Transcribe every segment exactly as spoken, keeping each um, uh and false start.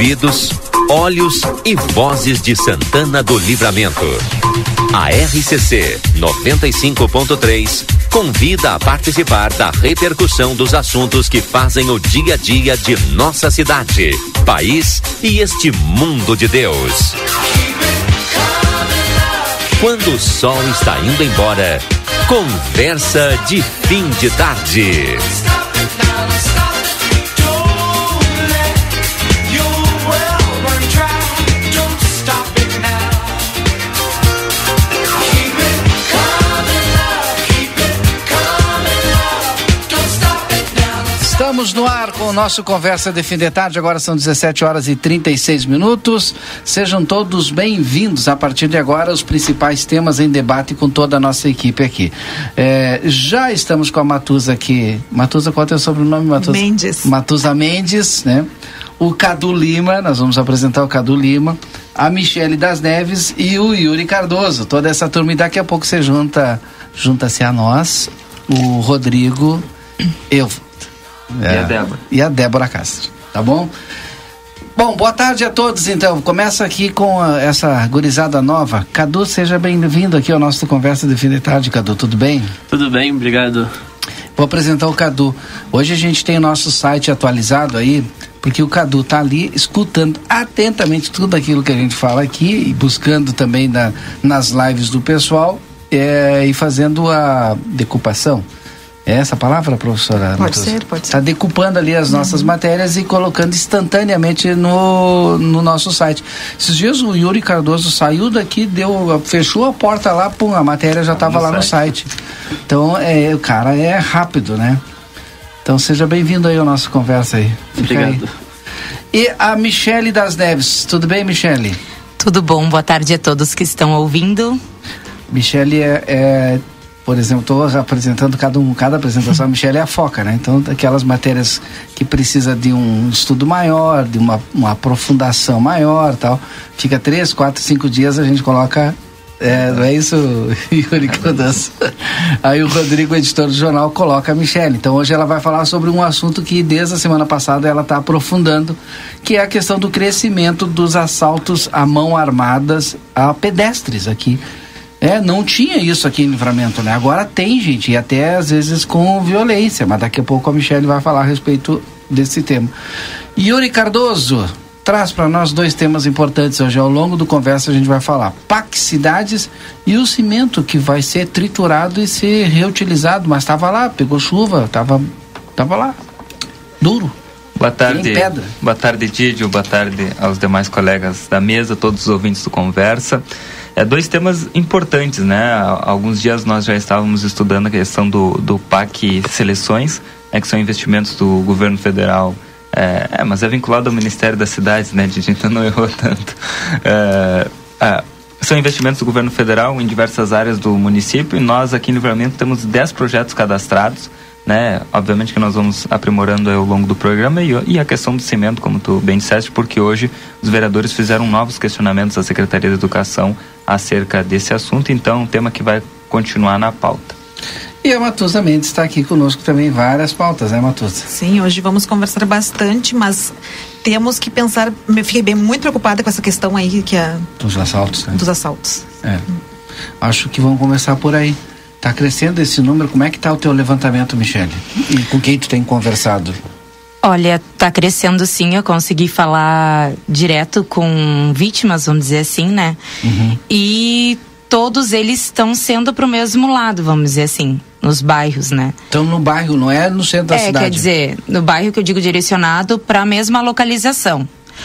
ouvidos, olhos e vozes de Santana do Livramento. A R C C noventa e cinco ponto três convida a participar da repercussão dos assuntos que fazem o dia a dia de nossa cidade, país e este mundo de Deus. Quando o sol está indo embora, conversa de fim de tarde. Estamos no ar com o nosso Conversa de Fim de Tarde, agora são dezessete horas e trinta e seis minutos. Sejam todos bem-vindos a partir de agora os principais temas em debate com toda a nossa equipe aqui. É, já estamos com a Matuza aqui. Matuza, qual é o teu sobrenome, Matuza? Mendes. Matuza Mendes, né? O Cadu Lima, nós vamos apresentar o Cadu Lima, a Michele das Neves e o Yuri Cardoso. Toda essa turma, e daqui a pouco você junta, junta-se a nós, o Rodrigo, eu... É, e a Débora. E a Débora Castro, tá bom? Bom, boa tarde a todos, então. Começa aqui com a, essa gurizada nova. Cadu, seja bem-vindo aqui ao nosso Conversa de Fim de Tarde, Cadu, tudo bem? Tudo bem, obrigado. Vou apresentar o Cadu. Hoje a gente tem o nosso site atualizado aí, porque o Cadu tá ali escutando atentamente tudo aquilo que a gente fala aqui e buscando também na, nas lives do pessoal é, e fazendo a decupação. É essa a palavra, professora? Pode ser, pode ser. Está decupando ali as nossas uhum. matérias e colocando instantaneamente no, no nosso site. Esses dias o Yuri Cardoso saiu daqui, deu, fechou a porta lá, pum, a matéria já estava lá no site. Então, é, o cara é rápido, né? Então, seja bem-vindo aí ao nosso Conversa aí. Fica Obrigado. Aí. E a Michele das Neves. Tudo bem, Michele? Tudo bom, boa tarde a todos que estão ouvindo. Michele é... é por exemplo, estou apresentando cada, um, cada apresentação, a Michele é a foca, né? Então, aquelas matérias que precisa de um estudo maior, de uma, uma aprofundação maior, tal, fica três, quatro, cinco dias, a gente coloca, é, não é isso, Yuri Cardoso? Aí o Rodrigo, editor do jornal, coloca a Michele. Então, hoje ela vai falar sobre um assunto que desde a semana passada ela está aprofundando, que é a questão do crescimento dos assaltos à mão armadas a pedestres aqui. É, não tinha isso aqui em Livramento, né? Agora tem, gente, e até às vezes com violência, mas daqui a pouco a Michele vai falar a respeito desse tema. Yuri Cardoso, traz para nós dois temas importantes hoje. Ao longo do Conversa a gente vai falar P A C Cidades e o cimento que vai ser triturado e ser reutilizado, mas estava lá, pegou chuva, estava tava lá, duro. Boa tarde, boa tarde, Didio, boa tarde aos demais colegas da mesa, todos os ouvintes do Conversa. É, dois temas importantes, né? Há alguns dias nós já estávamos estudando a questão do, do P A C Seleções, né, que são investimentos do governo federal, é, é, mas é vinculado ao Ministério das Cidades, né, Didi? Então não errou tanto. É, é, são investimentos do governo federal em diversas áreas do município e nós aqui em Livramento temos dez projetos cadastrados, né? Obviamente que nós vamos aprimorando ao longo do programa e, e a questão do cimento, como tu bem disseste, porque hoje os vereadores fizeram novos questionamentos à Secretaria de Educação acerca desse assunto, então um tema que vai continuar na pauta. E a Matuza Mendes está aqui conosco também, várias pautas, né, Matuza? Sim, hoje vamos conversar bastante, mas temos que pensar, me fiquei bem muito preocupada com essa questão aí que é... Dos assaltos, né? Dos assaltos. É. Hum. Acho que vamos começar por aí. Está crescendo esse número, como é que está o teu levantamento, Michele? E com quem tu tem conversado? Olha, tá crescendo sim, eu consegui falar direto com vítimas, vamos dizer assim, né? Uhum. E todos eles estão sendo pro mesmo lado, vamos dizer assim, nos bairros, né? Então no bairro, não é no centro da é, cidade? É, quer dizer, no bairro que eu digo direcionado para a mesma localização.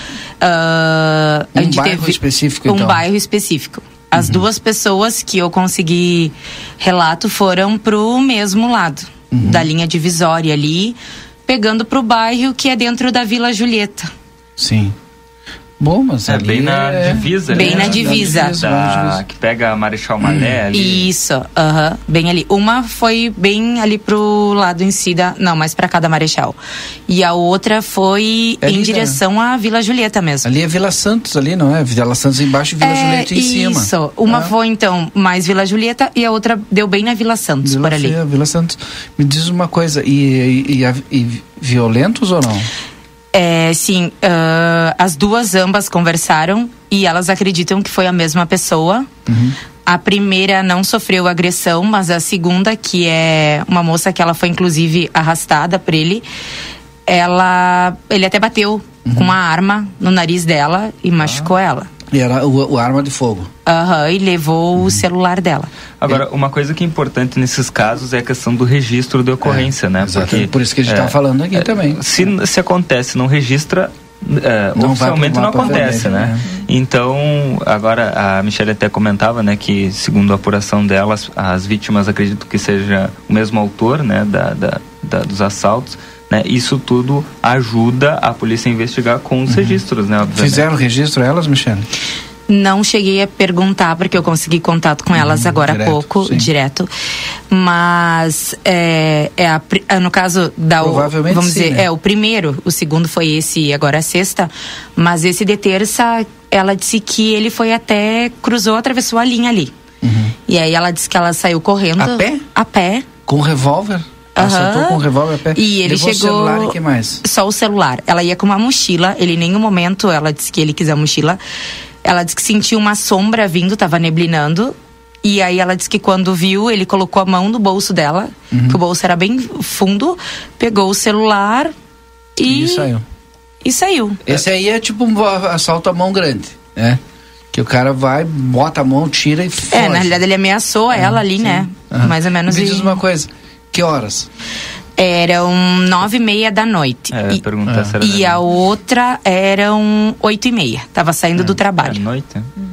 Uh, um bairro teve específico, então? Um bairro específico. As uhum. duas pessoas que eu consegui relato foram pro mesmo lado, uhum. da linha divisória ali, pegando pro bairro que é dentro da Vila Julieta. Sim. Bom, mas é ali bem na é... divisa, bem né? na divisa, da divisa, da... que pega a Marechal Malé ali. Isso, aham, uh-huh, bem ali. Uma foi bem ali pro lado em si da, não, mais pra cá da Marechal. E a outra foi é em direção da... à Vila Julieta mesmo. Ali é Vila Santos ali, não é? Vila Santos embaixo e Vila é, Julieta em isso. cima. Isso, uma ah. foi então mais Vila Julieta e a outra deu bem na Vila Santos, Vila por ali. Vila Santos. Me diz uma coisa, e, e, e, e violentos ou não? É, sim, uh, as duas ambas conversaram e elas acreditam que foi a mesma pessoa. Uhum. A primeira não sofreu agressão, mas a segunda, que é uma moça que ela foi inclusive arrastada por ele, ela, ele até bateu uhum. com uma arma no nariz dela e machucou ah. ela. E era o, o arma de fogo. Aham, uhum, e levou uhum. o celular dela. Agora, uma coisa que é importante nesses casos é a questão do registro de ocorrência, é, né? Porque, por isso que a gente está é, falando aqui é, também. Se, se acontece, não registra, é, não oficialmente não acontece, vermelho, né? né? Então, agora a Michelle até comentava, né, que segundo a apuração delas, as vítimas acreditam que seja o mesmo autor, né, da, da, da, dos assaltos. Né? Isso tudo ajuda a polícia a investigar com os uhum. registros, né? Obviamente. Fizeram registro elas, Michelle? Não cheguei a perguntar, porque eu consegui contato com elas uhum, agora direto, há pouco, sim. direto. Mas, é, é a, no caso da... Provavelmente vamos sim, dizer, né? é o primeiro, o segundo foi esse, agora a sexta. Mas esse de terça, ela disse que ele foi até, cruzou, atravessou a linha ali. Uhum. E aí ela disse que ela saiu correndo. A pé? A pé. Com revólver? Acertou uhum. com o revólver a pé. E ele levou chegou... o celular e que mais? Só o celular. Ela ia com uma mochila, ele em nenhum momento, ela disse que ele quis a mochila. Ela disse que sentiu uma sombra vindo, tava neblinando. E aí ela disse que quando viu, ele colocou a mão no bolso dela, uhum. que o bolso era bem fundo, pegou o celular e... E saiu. E saiu. Esse aí é tipo um assalto à mão grande, né? Que o cara vai, bota a mão, tira e foge. É, na realidade ele ameaçou é, ela ali, sim. né? Uhum. Mais ou menos. Me diz e... uma coisa, que horas? Eram nove e meia da noite. É, e perguntar se era e a outra eram oito e meia. Tava saindo é, do trabalho. À noite. Hum.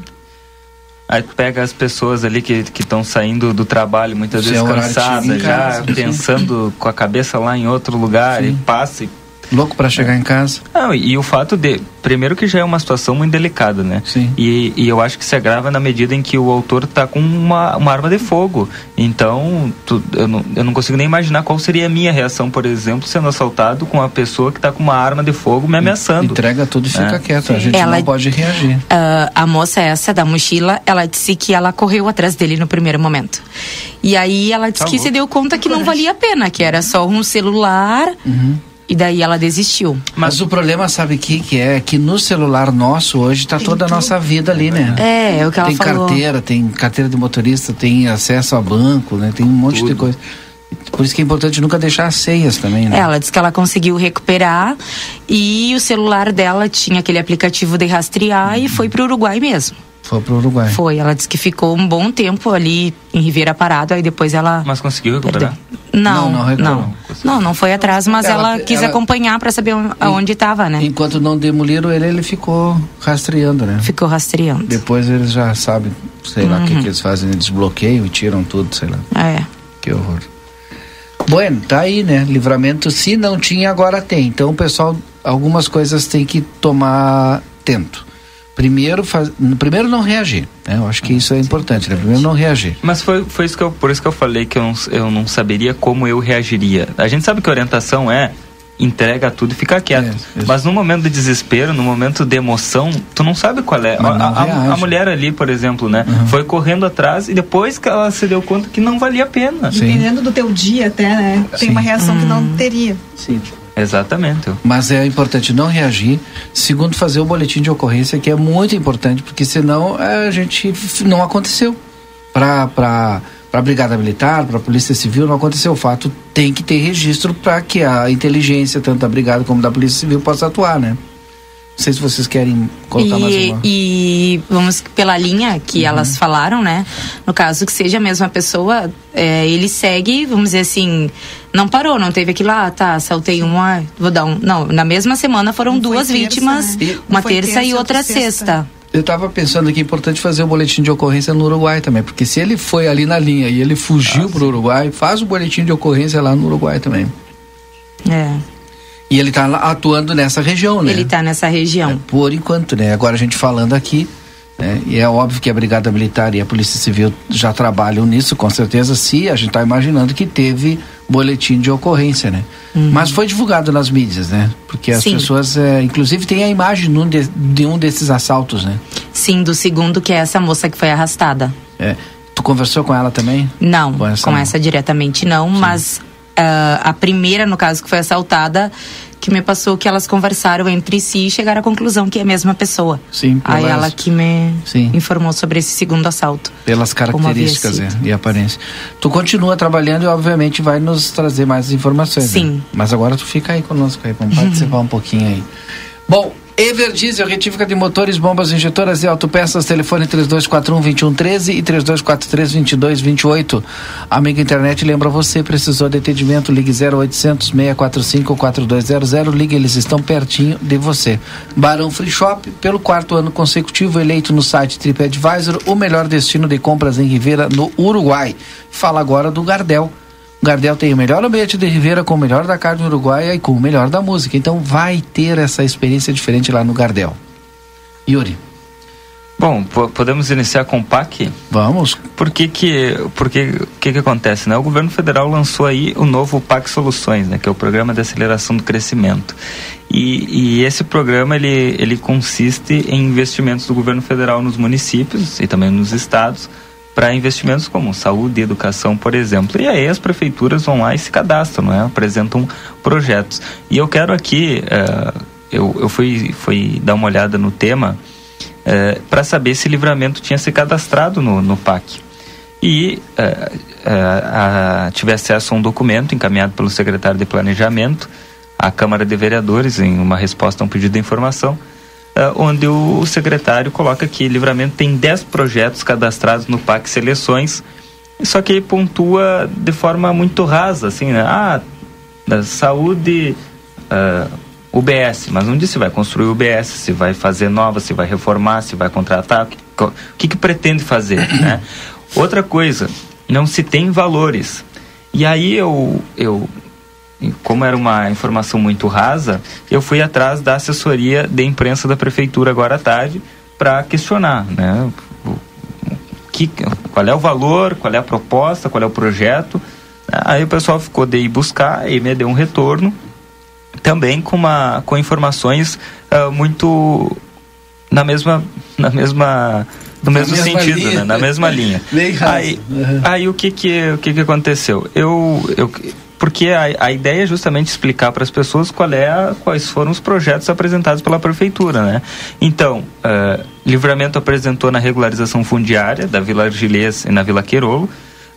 Aí tu pega as pessoas ali que estão saindo do trabalho, muitas vezes cansadas, já casa, pensando sim. com a cabeça lá em outro lugar, sim. e passa e... Louco para chegar é. em casa. Não, e, e o fato de... Primeiro que já é uma situação muito delicada, né? Sim. E, e eu acho que se agrava na medida em que o autor tá com uma, uma arma de fogo. Então, tu, eu, não, eu não consigo nem imaginar qual seria a minha reação, por exemplo, sendo assaltado com uma pessoa que tá com uma arma de fogo me ameaçando. Entrega tudo e fica é. quieto. A gente ela, não pode reagir. Uh, a moça essa da mochila, ela disse que ela correu atrás dele no primeiro momento. E aí ela disse tá que louco. se deu conta que não valia a pena, que era só um celular... Uhum. E daí ela desistiu. Mas o problema, sabe o que, que é? Que no celular nosso hoje tá toda a nossa vida ali, né? É, é o que ela tem falou. Tem carteira, tem carteira de motorista, tem acesso a banco, né? Tem um monte Tudo. de coisa. Por isso que é importante nunca deixar as senhas também, né? Ela disse que ela conseguiu recuperar e o celular dela tinha aquele aplicativo de rastrear uhum. e foi pro Uruguai mesmo. Foi pro Uruguai. Foi, ela disse que ficou um bom tempo ali em Ribeira Parado, aí depois ela... Mas conseguiu recuperar? Não, não, não, não. Não, não foi atrás, mas ela, ela quis ela, acompanhar para saber aonde estava, né? Enquanto não demoliram ele, ele ficou rastreando, né? Ficou rastreando. Depois eles já sabem, sei lá o uhum. que, que eles fazem, eles desbloqueiam e tiram tudo, sei lá. É. Que horror. Bueno, tá aí, né? Livramento, se não tinha, agora tem. Então, o pessoal, algumas coisas tem que tomar atento. Primeiro, faz, primeiro não reagir, né? Eu acho que isso é importante, né? Primeiro não reagir. Mas foi, foi isso que eu, por isso que eu falei que eu não, eu não saberia como eu reagiria. A gente sabe que a orientação é entrega tudo e fica quieto. É, mas no momento de desespero, no momento de emoção, tu não sabe qual é. A, a, a mulher ali, por exemplo, né? Uhum. Foi correndo atrás e depois que ela se deu conta que não valia a pena. Sim. Dependendo do teu dia até, né? Tem Sim. uma reação uhum. que não teria. Sim. Exatamente. Mas é importante não reagir. Segundo, fazer o boletim de ocorrência, que é muito importante, porque senão a gente não aconteceu. Para para para a Brigada Militar, para a Polícia Civil, não aconteceu. O fato tem que ter registro para que a inteligência, tanto da Brigada como da Polícia Civil, possa atuar, né? Não sei se vocês querem colocar e, mais uma. E vamos pela linha que uhum. elas falaram, né? No caso que seja a mesma pessoa, é, ele segue, vamos dizer assim, não parou, não teve aquilo lá, ah, tá, saltei uma, vou dar um. Não, na mesma semana foram não duas terça, vítimas, né? uma terça, terça e outra sexta. sexta. Eu estava pensando que é importante fazer o boletim de ocorrência no Uruguai também, porque se ele foi ali na linha e ele fugiu para o Uruguai, faz o boletim de ocorrência lá no Uruguai também. É. E ele está atuando nessa região, né? Ele está nessa região. É, por enquanto, né? Agora a gente falando aqui, né? E é óbvio que a Brigada Militar e a Polícia Civil já trabalham nisso, com certeza, se a gente está imaginando que teve boletim de ocorrência, né? Uhum. Mas foi divulgado nas mídias, né? Porque as Sim. pessoas, é, inclusive tem a imagem de um, de, de um desses assaltos, né? Sim, do segundo, que é essa moça que foi arrastada. É. Tu conversou com ela também? Não, com essa, com essa diretamente não, Sim. mas uh, a primeira, no caso, que foi assaltada, que me passou que elas conversaram entre si e chegaram à conclusão que é a mesma pessoa. Sim, pelas... Aí ela que me Sim. informou sobre esse segundo assalto. Pelas características é, e aparência. Tu continua trabalhando e obviamente vai nos trazer mais informações. Sim. Né? Mas agora tu fica aí conosco aí, vamos participar um pouquinho aí. Bom, Everdiesel, retífica de motores, bombas injetoras e autopeças, telefone três dois quatro um, dois um um três e três dois quatro três, dois dois dois oito. Amiga Internet, lembra você, precisou de atendimento, ligue zero oitocentos, seis quatro cinco, quatro dois zero zero, ligue, eles estão pertinho de você. Barão Free Shop, pelo quarto ano consecutivo, eleito no site TripAdvisor, o melhor destino de compras em Rivera, no Uruguai. Fala agora do Gardel. Gardel tem o melhor ambiente de Rivera, com o melhor da carne uruguaia e com o melhor da música. Então vai ter essa experiência diferente lá no Gardel. Yuri. Bom, p- podemos iniciar com o P A C? Vamos. Por que que, por que, que que acontece, né? O governo federal lançou aí o novo P A C Soluções, né? Que é o Programa de Aceleração do Crescimento. E, e esse programa, ele, ele consiste em investimentos do governo federal nos municípios e também nos estados, para investimentos como saúde e educação, por exemplo. E aí as prefeituras vão lá e se cadastram, né? Apresentam projetos. E eu quero aqui, uh, eu, eu fui, fui dar uma olhada no tema uh, para saber se Livramento tinha se cadastrado no, no P A C. E uh, uh, uh, tive acesso a um documento encaminhado pelo secretário de Planejamento à Câmara de Vereadores, em uma resposta a um pedido de informação, Uh, onde o, o secretário coloca que Livramento tem dez projetos cadastrados no P A C Seleções, só que pontua de forma muito rasa, assim, né? Ah, da saúde, uh, U B S, mas não diz se vai construir U B S, se vai fazer nova, se vai reformar, se vai contratar, o que, que pretende fazer, né? Outra coisa, não se tem valores. E aí eu... eu como era uma informação muito rasa, eu fui atrás da assessoria de imprensa da prefeitura agora à tarde para questionar, né? O, que, qual é o valor, qual é a proposta, qual é o projeto. Aí o pessoal ficou de ir buscar e me deu um retorno também com, uma, com informações uh, muito na mesma, na mesma no na mesmo sentido, né? Na mesma linha. Aí, uhum. aí o que que, o que que aconteceu? Eu... eu Porque a, a ideia é justamente explicar para as pessoas qual é a, quais foram os projetos apresentados pela prefeitura, né? Então, uh, Livramento apresentou na regularização fundiária da Vila Argilês e na Vila Queirolo uh,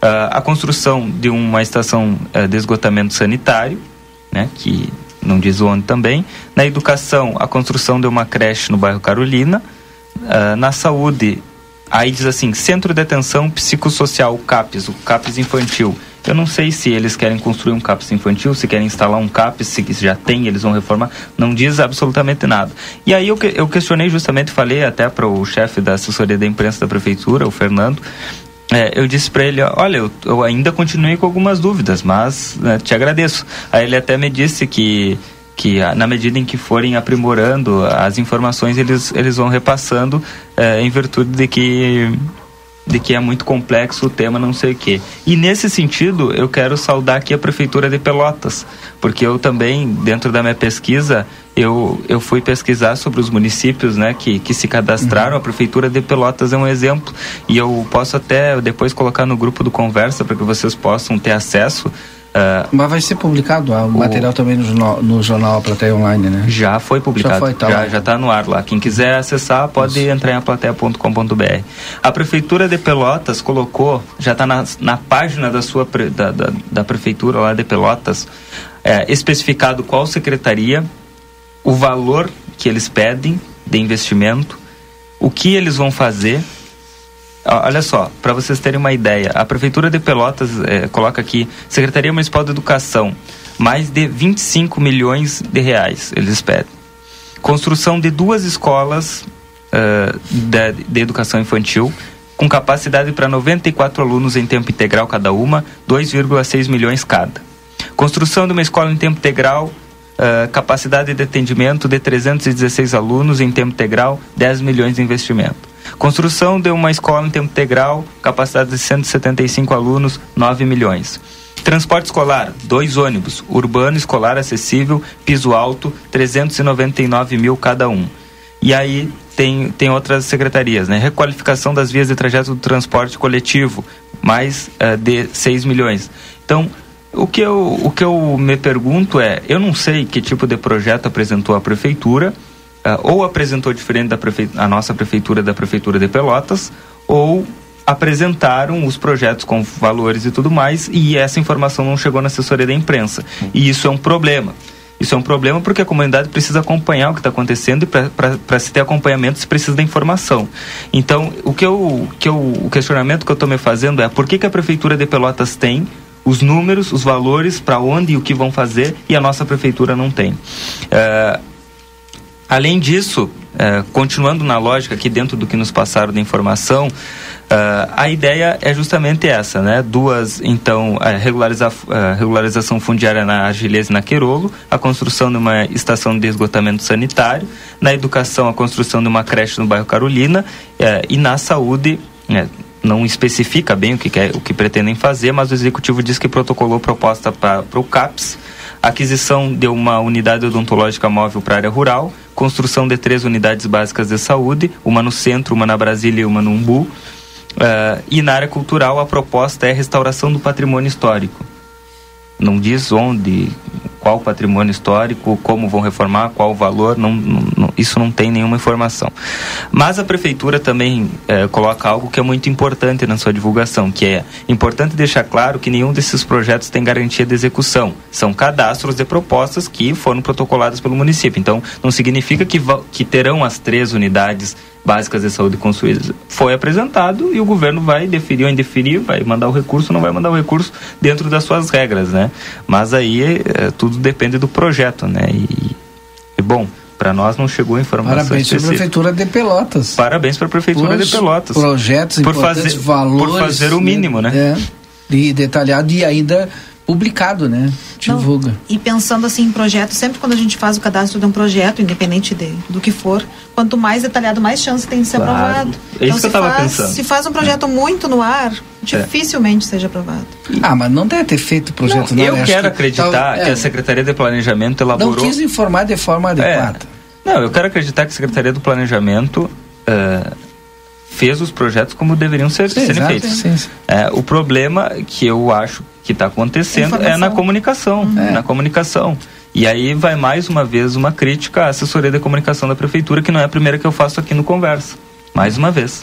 a construção de uma estação uh, de esgotamento sanitário, né? Que não diz onde também. Na educação, a construção de uma creche no bairro Carolina. Uh, na saúde, aí diz assim, Centro de Atenção Psicossocial, CAPS, o CAPS infantil. Eu não sei se eles querem construir um CAPS infantil, se querem instalar um CAPS, se já tem, eles vão reformar. Não diz absolutamente nada. E aí eu, eu questionei justamente, falei até para o chefe da assessoria da imprensa da prefeitura, o Fernando, é, eu disse para ele, olha, eu, eu ainda continuei com algumas dúvidas, mas né, te agradeço. Aí ele até me disse que, que na medida em que forem aprimorando as informações, eles, eles vão repassando é, em virtude de que... de que é muito complexo o tema, não sei o quê. E nesse sentido, eu quero saudar aqui a Prefeitura de Pelotas, porque eu também, dentro da minha pesquisa, eu, eu fui pesquisar sobre os municípios, né, que, que se cadastraram. Uhum. A Prefeitura de Pelotas é um exemplo, e eu posso até depois colocar no grupo do Conversa, para que vocês possam ter acesso. Uh, Mas vai ser publicado o, o material também no jornal, no jornal A Plateia Online, né? Já foi publicado, já, foi, tá já, já tá no ar lá. Quem quiser acessar pode Isso. entrar em aplateia ponto com ponto b r. A Prefeitura de Pelotas colocou, já está na, na página da, sua, da, da, da Prefeitura lá de Pelotas, é, especificado qual secretaria, o valor que eles pedem de investimento, o que eles vão fazer. Olha só, para vocês terem uma ideia, a Prefeitura de Pelotas eh, coloca aqui, Secretaria Municipal de Educação, mais de vinte e cinco milhões de reais, eles pedem. Construção de duas escolas uh, de, de educação infantil, com capacidade para noventa e quatro alunos em tempo integral cada uma, dois vírgula seis milhões cada. Construção de uma escola em tempo integral, uh, capacidade de atendimento de trezentos e dezesseis alunos em tempo integral, dez milhões de investimento. Construção de uma escola em tempo integral, capacidade de cento e setenta e cinco alunos, nove milhões. Transporte escolar, dois ônibus, urbano escolar acessível, piso alto, trezentos e noventa e nove mil cada um. E aí tem, tem outras secretarias, né? Requalificação das vias de trajeto do transporte coletivo, mais uh, de seis milhões. Então, o que eu, o que eu me pergunto é, eu não sei que tipo de projeto apresentou a prefeitura, uh, ou apresentou diferente da prefe... a nossa prefeitura da prefeitura de Pelotas, ou apresentaram os projetos com valores e tudo mais, e essa informação não chegou na assessoria da imprensa. E isso é um problema. Isso é um problema porque a comunidade precisa acompanhar o que está acontecendo, e para se ter acompanhamento se precisa da informação. Então, o, que eu, que eu, o questionamento que eu estou me fazendo é por que, que a Prefeitura de Pelotas tem os números, os valores, para onde e o que vão fazer, e a nossa Prefeitura não tem. Uh, além disso, uh, continuando na lógica aqui dentro do que nos passaram de informação, Uh, a ideia é justamente essa, né? Duas, então, a regulariza, uh, regularização fundiária na Argilês e na Querolo, a construção de uma estação de esgotamento sanitário, na educação, a construção de uma creche no bairro Carolina, uh, e na saúde, uh, não especifica bem o que, quer, o que pretendem fazer, mas o Executivo diz que protocolou proposta para o CAPS, aquisição de uma unidade odontológica móvel para a área rural, construção de três unidades básicas de saúde, uma no centro, uma na Brasília e uma no Umbu. Uh, e na área cultural a proposta é a restauração do patrimônio histórico. Não diz onde, qual patrimônio histórico, como vão reformar, qual o valor, não, não, isso não tem nenhuma informação. Mas a prefeitura também eh, coloca algo que é muito importante na sua divulgação, que é importante deixar claro que nenhum desses projetos tem garantia de execução. São cadastros de propostas que foram protocoladas pelo município. Então, não significa que, que terão as três unidades básicas de saúde construídas. Foi apresentado e o governo vai deferir ou indeferir, vai mandar o recurso ou não vai mandar o recurso dentro das suas regras, né? Mas aí é, tudo depende do projeto, né? E, e bom, para nós não chegou a informação Parabéns para a Prefeitura de Pelotas. Parabéns para a Prefeitura Os de Pelotas. Projetos por importantes, fazer, valores. Por fazer o mínimo, né? né? É, e detalhado e ainda publicado, né? Divulga. Não, e pensando assim em projetos, sempre quando a gente faz o cadastro de um projeto, independente de, do que for, quanto mais detalhado, mais chance tem de ser claro. aprovado. É isso então, que eu estava faz, pensando. Se faz um projeto é. muito no ar, dificilmente é. seja aprovado. Ah, mas não deve ter feito projeto não, no eu ar. quero que, acreditar tal, que é, a Secretaria de Planejamento elaborou... Não quis informar de forma adequada. É. Não, eu quero acreditar que a Secretaria do Planejamento uh, fez os projetos como deveriam ser, sim, serem exato, feitos. Sim, sim. É, o problema que eu acho que está acontecendo é na comunicação, uhum. na comunicação. E aí vai mais uma vez uma crítica à assessoria de comunicação da Prefeitura, que não é a primeira que eu faço aqui no Conversa. Mais uma vez.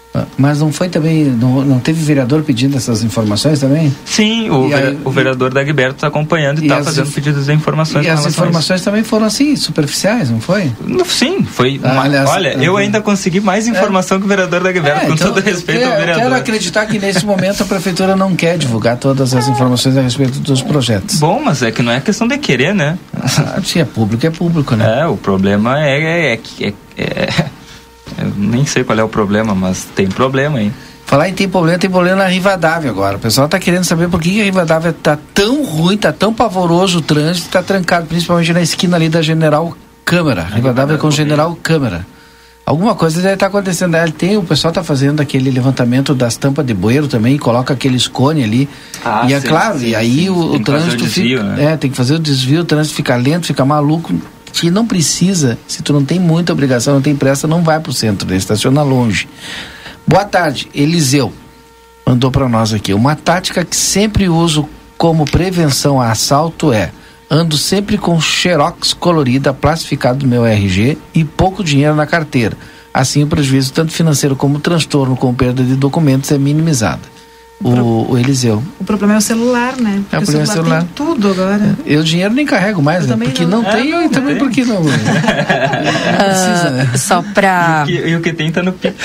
Mas não foi também, não, não teve vereador pedindo essas informações também? Sim, o, vera, aí, o vereador Dagberto está acompanhando e está fazendo pedidos de informações. E as informações também foram assim, superficiais, não foi? Sim, foi. Ah, uma, aliás, olha, eu ainda consegui mais informação é, que o vereador Dagberto, é, com então, todo respeito quero, ao vereador. Eu quero acreditar que nesse momento a Prefeitura não quer divulgar todas as informações a respeito dos projetos. Bom, mas é que não é questão de querer, né? Ah, se é público, é público, né? É, o problema é que é, é, é eu nem sei qual é o problema, mas tem problema aí. Falar em tem problema, tem problema na Rivadavia agora. O pessoal está querendo saber por que, que a Rivadavia está tão ruim, está tão pavoroso o trânsito, está trancado, principalmente na esquina ali da General Câmara. A Rivadavia com General Câmara. Alguma coisa deve estar acontecendo. Ele tem, o pessoal está fazendo aquele levantamento das tampas de bueiro também, coloca aqueles cones ali. Ah, e é sim, claro, sim, e aí sim, o, o trânsito o desvio, fica. Né? É, tem que fazer o desvio, o trânsito fica lento, fica maluco. Que não precisa, se tu não tem muita obrigação, não tem pressa, não vai pro centro, né? Estaciona longe. Boa tarde, Eliseu mandou para nós aqui, uma tática que sempre uso como prevenção a assalto é, ando sempre com xerox colorida plastificado do meu R G e pouco dinheiro na carteira, assim o prejuízo tanto financeiro como transtorno com perda de documentos é minimizado. O, o, o Eliseu. O problema é o celular, né? Porque é o, o celular, celular tem tudo agora. Eu dinheiro nem carrego mais, né? Porque não, não tem, é, e também porque não. não precisa, né? Uh, só pra. E o que, e o que tem tá no Pix,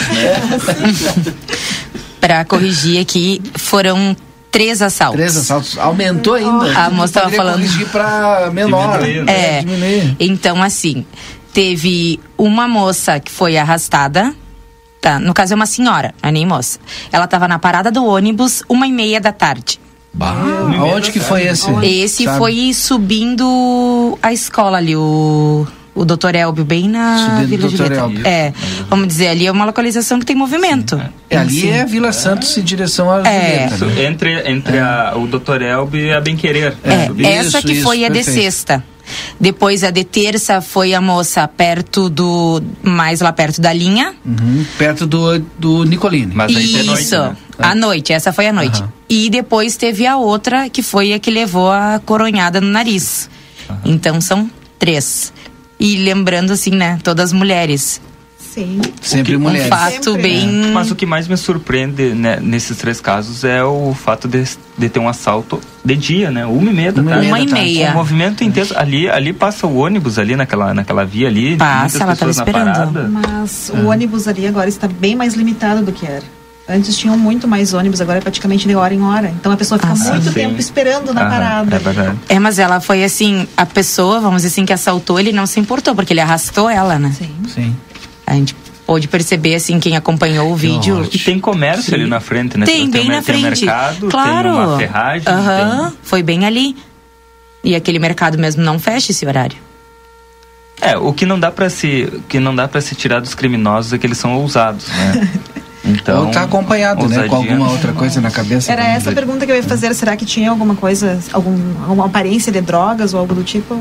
né? Pra corrigir aqui, foram três assaltos. Três assaltos. Aumentou ainda. A moça tava falando. Corrigir pra menor. Diminuir, né? É. Diminuir. Então, assim, teve uma moça que foi arrastada. Tá, no caso é uma senhora, não é nem moça. Ela estava na parada do ônibus, uma e meia da tarde. Bah, aonde que foi esse? Esse sabe? Foi subindo a escola ali, o, o doutor Elbio, bem na subindo Vila Julieta. É, vamos dizer, ali é uma localização que tem movimento. Sim, é. É, ali assim. É Vila Santos em direção a é. Julieta. Né? Entre, entre é. a, o doutor Elbio e a Bem Querer. É, é. Essa isso, que isso, foi a perfeito. de sexta. Depois a de terça foi a moça perto do... mais lá perto da linha. Uhum, perto do, do Nicolini. Mas aí Isso, de noite, né? À noite, essa foi a noite. Uhum. E depois teve a outra, que foi a que levou a coronhada no nariz. Uhum. Então são três. E lembrando assim, né, todas mulheres. Sim. Sempre um mulheres. fato Sempre. bem... É. Mas o que mais me surpreende, né, nesses três casos é o fato de, de ter um assalto de dia, né? Uma e meia da tarde. Uma e meia. Um movimento intenso. Ali, ali passa o ônibus ali naquela, naquela via ali. Passa, ela tá esperando. Mas o ônibus ali agora está bem mais limitado do que era. Antes tinham muito mais ônibus, agora é praticamente de hora em hora. Então a pessoa fica ah, muito sim. tempo esperando na ah, parada. É verdade. É, mas ela foi assim, a pessoa, vamos dizer assim, que assaltou, ele não se importou, porque ele arrastou ela, né? Sim. Sim. A gente pôde perceber, assim, quem acompanhou o vídeo. E tem comércio Sim. ali na frente, né? Tem, bem tem, na tem frente. mercado, claro. tem uma ferragem. Aham, tem... foi bem ali. E aquele mercado mesmo não fecha esse horário. É, o que não dá pra se, que não dá pra se tirar dos criminosos é que eles são ousados, né? Então, ou tá acompanhado, ousadia, né? Com alguma outra coisa na cabeça. Era essa a pergunta que eu ia fazer. Será que tinha alguma coisa, algum, alguma aparência de drogas ou algo do tipo?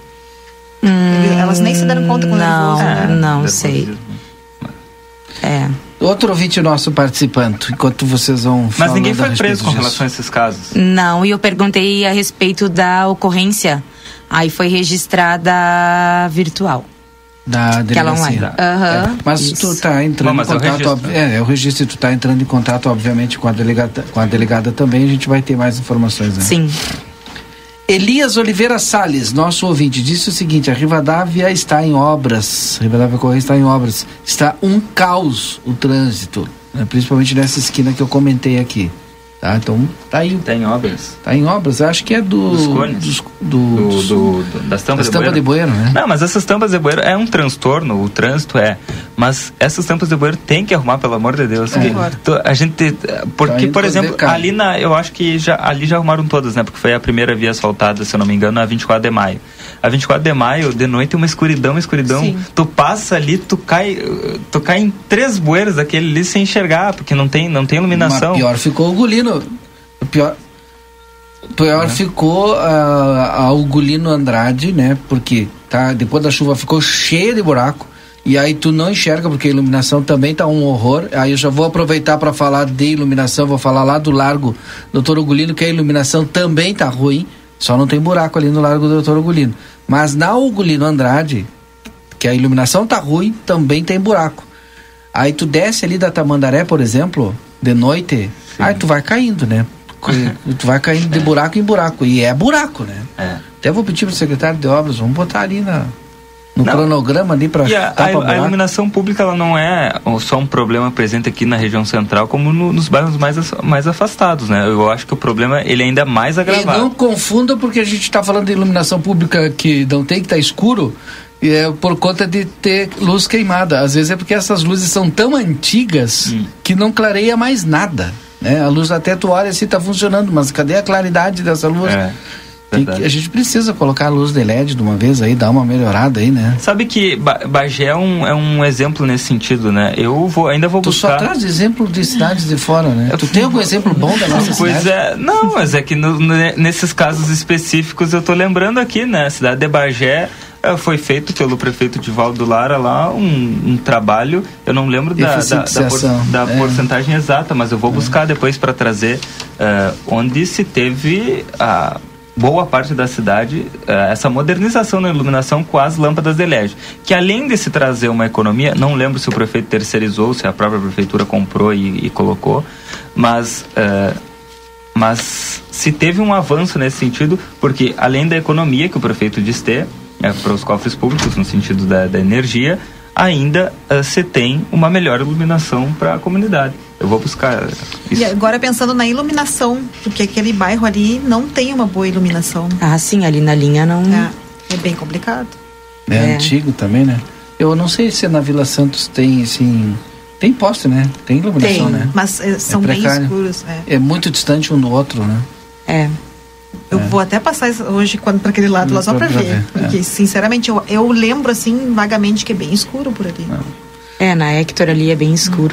Hum, Elas nem se deram conta quando não, nervoso, né? Não, não sei. É. Outro ouvinte nosso participando, enquanto vocês vão Mas ninguém foi preso com disso. relação a esses casos? Não, e eu perguntei a respeito da ocorrência. Aí foi registrada virtual. Da Aquela online. Uhum. É. Mas Isso. tu tá entrando Bom, em contato... É o registro. É, é o registro. Tu tá entrando em contato, obviamente, com a delegada, com a delegada também. A gente vai ter mais informações, né? Sim. Elias Oliveira Salles, nosso ouvinte, disse o seguinte: a Rivadavia está em obras, a Rivadavia Correia está em obras, está um caos o trânsito, né? Principalmente nessa esquina que eu comentei aqui, tá? Então, tá aí. Está em obras? Está em obras, eu acho que é do... Dos cones? Dos, do, do, do, do, das tampas das de, tampa de bueiro, né? Não, mas essas tampas de bueiro é um transtorno, o trânsito é, mas essas tampas de bueiro tem que arrumar, pelo amor de Deus. É. A gente, porque, tá por exemplo, ali na, eu acho que já, ali já arrumaram todas, né? Porque foi a primeira via asfaltada, se eu não me engano, a vinte e quatro de maio. A vinte e quatro de maio, de noite, uma escuridão, uma escuridão. Sim. Tu passa ali, tu cai, tu cai em três bueiros daquele ali sem enxergar, porque não tem, não tem iluminação. Mas pior ficou o Gulino. O pior... Pior uhum. ficou a uh, Ugolino Andrade, né? Porque tá, depois da chuva ficou cheia de buraco. E aí tu não enxerga, porque a iluminação também tá um horror. Aí eu já vou aproveitar para falar de iluminação. Vou falar lá do Largo doutor Ugolino, que a iluminação também tá ruim. Só não tem buraco ali no Largo doutor Ugolino. Mas na Ugolino Andrade, que a iluminação tá ruim, também tem buraco. Aí tu desce ali da Tamandaré, por exemplo, de noite, Sim. aí tu vai caindo, né? Tu vai caindo de buraco em buraco. E é buraco, né? É. Até vou pedir pro secretário de obras, vamos botar ali na, no não. cronograma ali para a, a, a iluminação pública, ela não é só um problema presente aqui na região central, como no, nos bairros mais, mais afastados, né? Eu acho que o problema, ele é ainda mais agravado. E não confunda, porque a gente está falando de iluminação pública que não tem, que estar tá escuro, e é por conta de ter luz queimada. Às vezes é porque essas luzes são tão antigas hum. que não clareia mais nada. É, a luz até tu olha assim, tá funcionando, mas cadê a claridade dessa luz? É, que, a gente precisa colocar a luz de L E D de uma vez aí, dar uma melhorada aí, né? Sabe que ba- Bagé é um, é um exemplo nesse sentido, né? Eu vou, ainda vou tu buscar... Tu só traz exemplo de cidades de fora, né? Tu tem algum exemplo bom da nossa pois cidade? É, não, mas é que no, no, nesses casos específicos eu tô lembrando aqui, né? A cidade de Bagé... foi feito pelo prefeito Divaldo Lara lá um, um trabalho, eu não lembro da, da, da, por, da é. porcentagem exata, mas eu vou buscar é. depois para trazer, uh, onde se teve a boa parte da cidade, uh, essa modernização na iluminação com as lâmpadas de L E D, que além de se trazer uma economia, não lembro se o prefeito terceirizou, se a própria prefeitura comprou e, e colocou, mas... Uh, mas se teve um avanço nesse sentido, porque além da economia que o prefeito diz ter, É, para os cofres públicos, no sentido da, da energia, ainda uh, se tem uma melhor iluminação para a comunidade. Eu vou buscar isso. E agora pensando na iluminação, porque aquele bairro ali não tem uma boa iluminação. Ah, sim, ali na linha não... É, é bem complicado. É, é antigo também, né? Eu não sei se na Vila Santos tem, assim... Tem poste, né? Tem iluminação, tem, né? mas é, são é bem escuros. É. é muito distante um do outro, né? É. Eu é. vou até passar hoje para aquele lado lá só para ver, ver. Porque, é. sinceramente, eu, eu lembro, assim, vagamente que é bem escuro por ali. É, na Hector ali é bem escuro.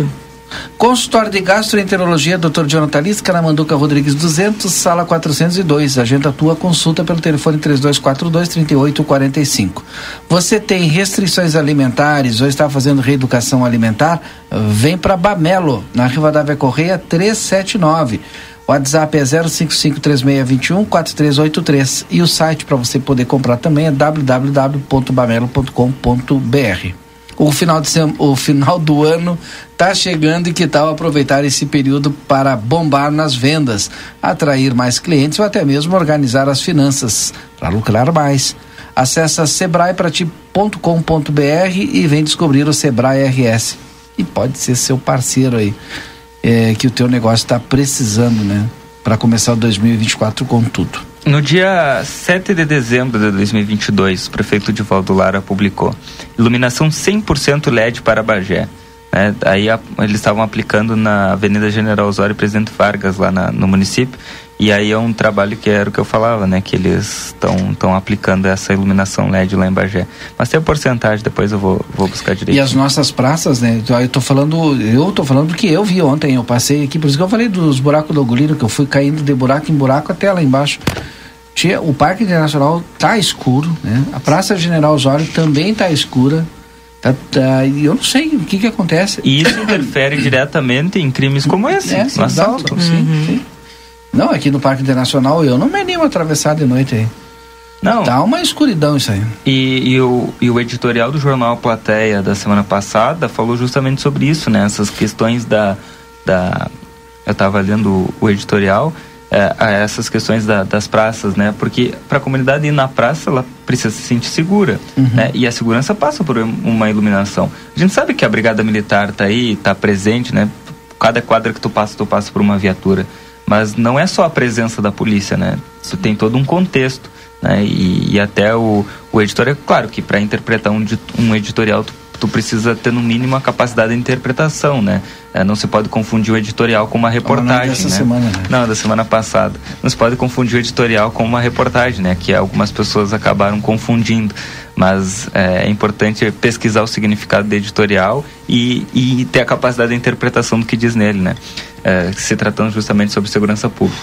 Consultório de Gastroenterologia, doutor Jonathan Lisca, na Manduca Rodrigues duzentos, sala quatrocentos e dois. Agenda a tua consulta pelo telefone três dois quatro dois, três oito quatro cinco. Você tem restrições alimentares ou está fazendo reeducação alimentar? Vem para Bamelo, na Rivadavia Correia trezentos e setenta e nove. O WhatsApp é zero cinco cinco três seis dois um quatro três oito três. E o site para você poder comprar também é w w w ponto bamelo ponto com ponto b r. O final, de sem... o final do ano está chegando e que tal aproveitar esse período para bombar nas vendas, atrair mais clientes ou até mesmo organizar as finanças para lucrar mais. Acesse sebrae prati ponto com ponto b r e vem descobrir o Sebrae R S. E pode ser seu parceiro aí, é, que o teu negócio está precisando, né? Para começar o dois mil e vinte e quatro com tudo. No dia sete de dezembro de dois mil e vinte e dois, o prefeito Divaldo Lara publicou iluminação cem por cento L E D para Bagé. Né? Aí a, eles estavam aplicando na Avenida General Osório e Presidente Vargas, lá na, no município. E aí é um trabalho que era o que eu falava, né? Que eles estão aplicando essa iluminação L E D lá em Bagé. Mas tem a porcentagem, depois eu vou, vou buscar direito. E as nossas praças, né? Eu tô falando, eu tô falando do que eu vi ontem, eu passei aqui, por isso que eu falei dos buracos do Ogulino, que eu fui caindo de buraco em buraco até lá embaixo. Tinha, o Parque Internacional tá escuro, né? A Praça General Osório também tá escura. Tá, tá, e eu não sei o que que acontece. E isso interfere diretamente em crimes como esse, é, no assalto. Uhum. Sim, sim. Não, aqui no Parque Internacional eu não me animo a atravessar de noite aí. Não. Tá uma escuridão isso aí. E, e, o, e o editorial do jornal Plateia da semana passada falou justamente sobre isso, né? Essas questões da... da eu estava lendo o, o editorial, é, essas questões da, das praças, né? Porque para a comunidade ir na praça, ela precisa se sentir segura, uhum. né? E a segurança passa por uma iluminação. A gente sabe que a Brigada Militar tá aí, tá presente, né? Cada quadra que tu passa, tu passa por uma viatura. Mas não é só a presença da polícia, né? Isso tem todo um contexto, né? E, e até o, o editorial, claro que para interpretar um, um editorial tu, tu precisa ter no mínimo a capacidade de interpretação, né? É, não se pode confundir o editorial com uma reportagem, dessa né? semana, né? Não, da semana passada. Não se pode confundir o editorial com uma reportagem, né? Que algumas pessoas acabaram confundindo. Mas é, é importante pesquisar o significado do editorial e, e ter a capacidade de interpretação do que diz nele, né? É, se tratando justamente sobre segurança pública.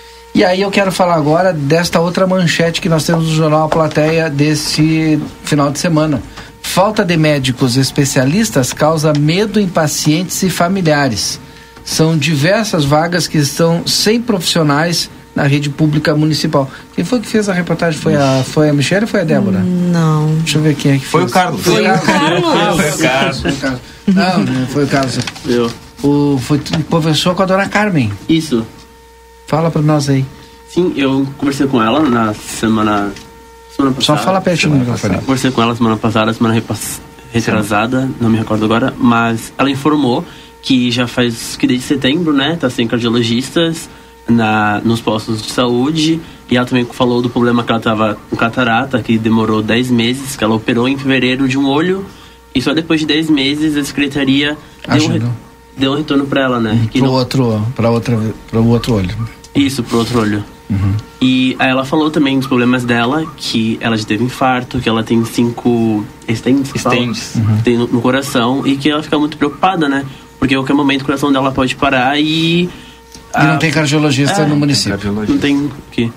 E aí eu quero falar agora desta outra manchete que nós temos no Jornal A Plateia desse final de semana. Falta de médicos especialistas causa medo em pacientes e familiares. São diversas vagas que estão sem profissionais na rede pública municipal. Quem foi que fez a reportagem? Foi a, foi a Michelle ou foi a Débora? Não. Deixa eu ver quem é que foi fez. O Carlos. Foi, foi o Carlos. Carlos. Foi o Carlos. Foi o Carlos. Não, não foi o Carlos. Eu. O, foi, conversou com a dona Carmen. Isso. Fala pra nós aí. Sim, eu conversei com ela na semana, semana passada. Só fala pertinho do microfone. Conversei com ela semana passada, semana repass... retrasada, não me recordo agora, mas ela informou que já faz, que desde setembro, né, tá sem cardiologistas na, nos postos de saúde, e ela também falou do problema que ela tava com catarata, que demorou dez meses, que ela operou em fevereiro de um olho, e só depois de dez meses a secretaria deu um, re... deu um retorno para ela, né? Pro não... outro, para outra, para o outro olho. Isso, pro outro olho. Uhum. E aí ela falou também dos problemas dela, que ela já teve infarto, que ela tem cinco estentes, estentes. Uhum. Tem no, no coração, e que ela fica muito preocupada, né? Porque a qualquer momento o coração dela pode parar e... E a... não tem cardiologista é, no município. Não tem o quê?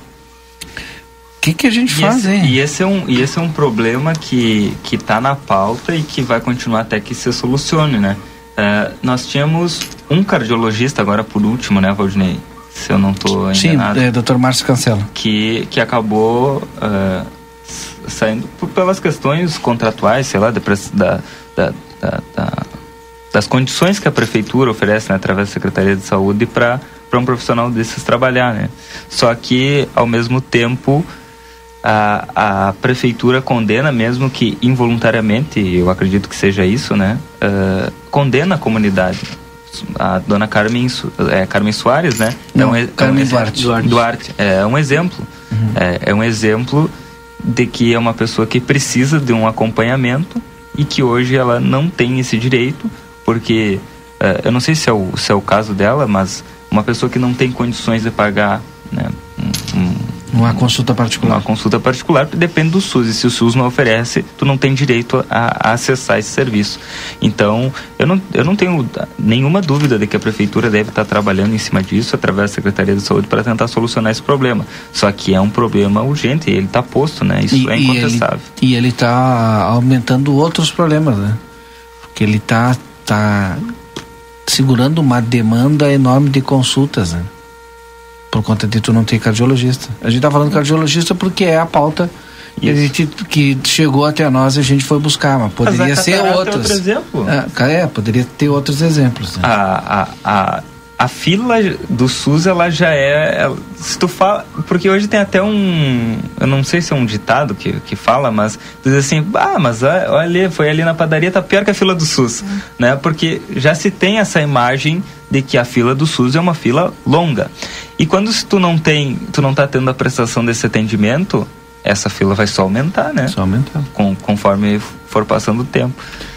O que, que a gente e faz, esse, hein? E esse é um, e esse é um problema que, que tá na pauta e que vai continuar até que se solucione, né? Uh, nós tínhamos um cardiologista, agora por último, né, Valdinei? Se eu não estou enganado. Sim, é, doutor Márcio Cancela. Que, que acabou uh, saindo por, pelas questões contratuais, sei lá, da, da, da, da, das condições que a prefeitura oferece, né, através da Secretaria de Saúde para um profissional desses trabalhar, né? Só que, ao mesmo tempo, a, a prefeitura condena, mesmo que involuntariamente, eu acredito que seja isso, né? Uh, condena a comunidade. A dona Carmen, é, Carmen Soares, né? Não, é um, Carmen é um, Duarte. Duarte. Duarte. É um exemplo. Uhum. É, é um exemplo de que é uma pessoa que precisa de um acompanhamento e que hoje ela não tem esse direito, porque uh, eu não sei se é, o, se é o caso dela, mas uma pessoa que não tem condições de pagar, né, um, um, Uma consulta particular. Uma consulta particular, porque depende do SUS. E se o SUS não oferece, tu não tem direito a, a acessar esse serviço. Então, eu não, eu não tenho nenhuma dúvida de que a Prefeitura deve estar trabalhando em cima disso, através da Secretaria de Saúde, para tentar solucionar esse problema. Só que é um problema urgente, e ele está posto, né? Isso e, é incontestável. E ele está aumentando outros problemas, né? Porque ele está tá segurando uma demanda enorme de consultas, né? Por conta de tu não ter cardiologista. A gente tá falando de cardiologista porque é a pauta que, a gente, que chegou até nós e a gente foi buscar, mas poderia mas ser outros. Outro exemplo. É, é, poderia ter outros exemplos. Né? A, a, a, a fila do SUS, ela já é, ela, se tu fala, porque hoje tem até um, eu não sei se é um ditado que, que fala, mas diz assim, ah, mas olha ali, foi ali na padaria, tá pior que a fila do SUS, hum. né? Porque já se tem essa imagem de que a fila do SUS é uma fila longa. E quando se tu não tem, tu não tá tendo a prestação desse atendimento, essa fila vai só aumentar, né? Só aumentar. Com, conforme for passando o tempo.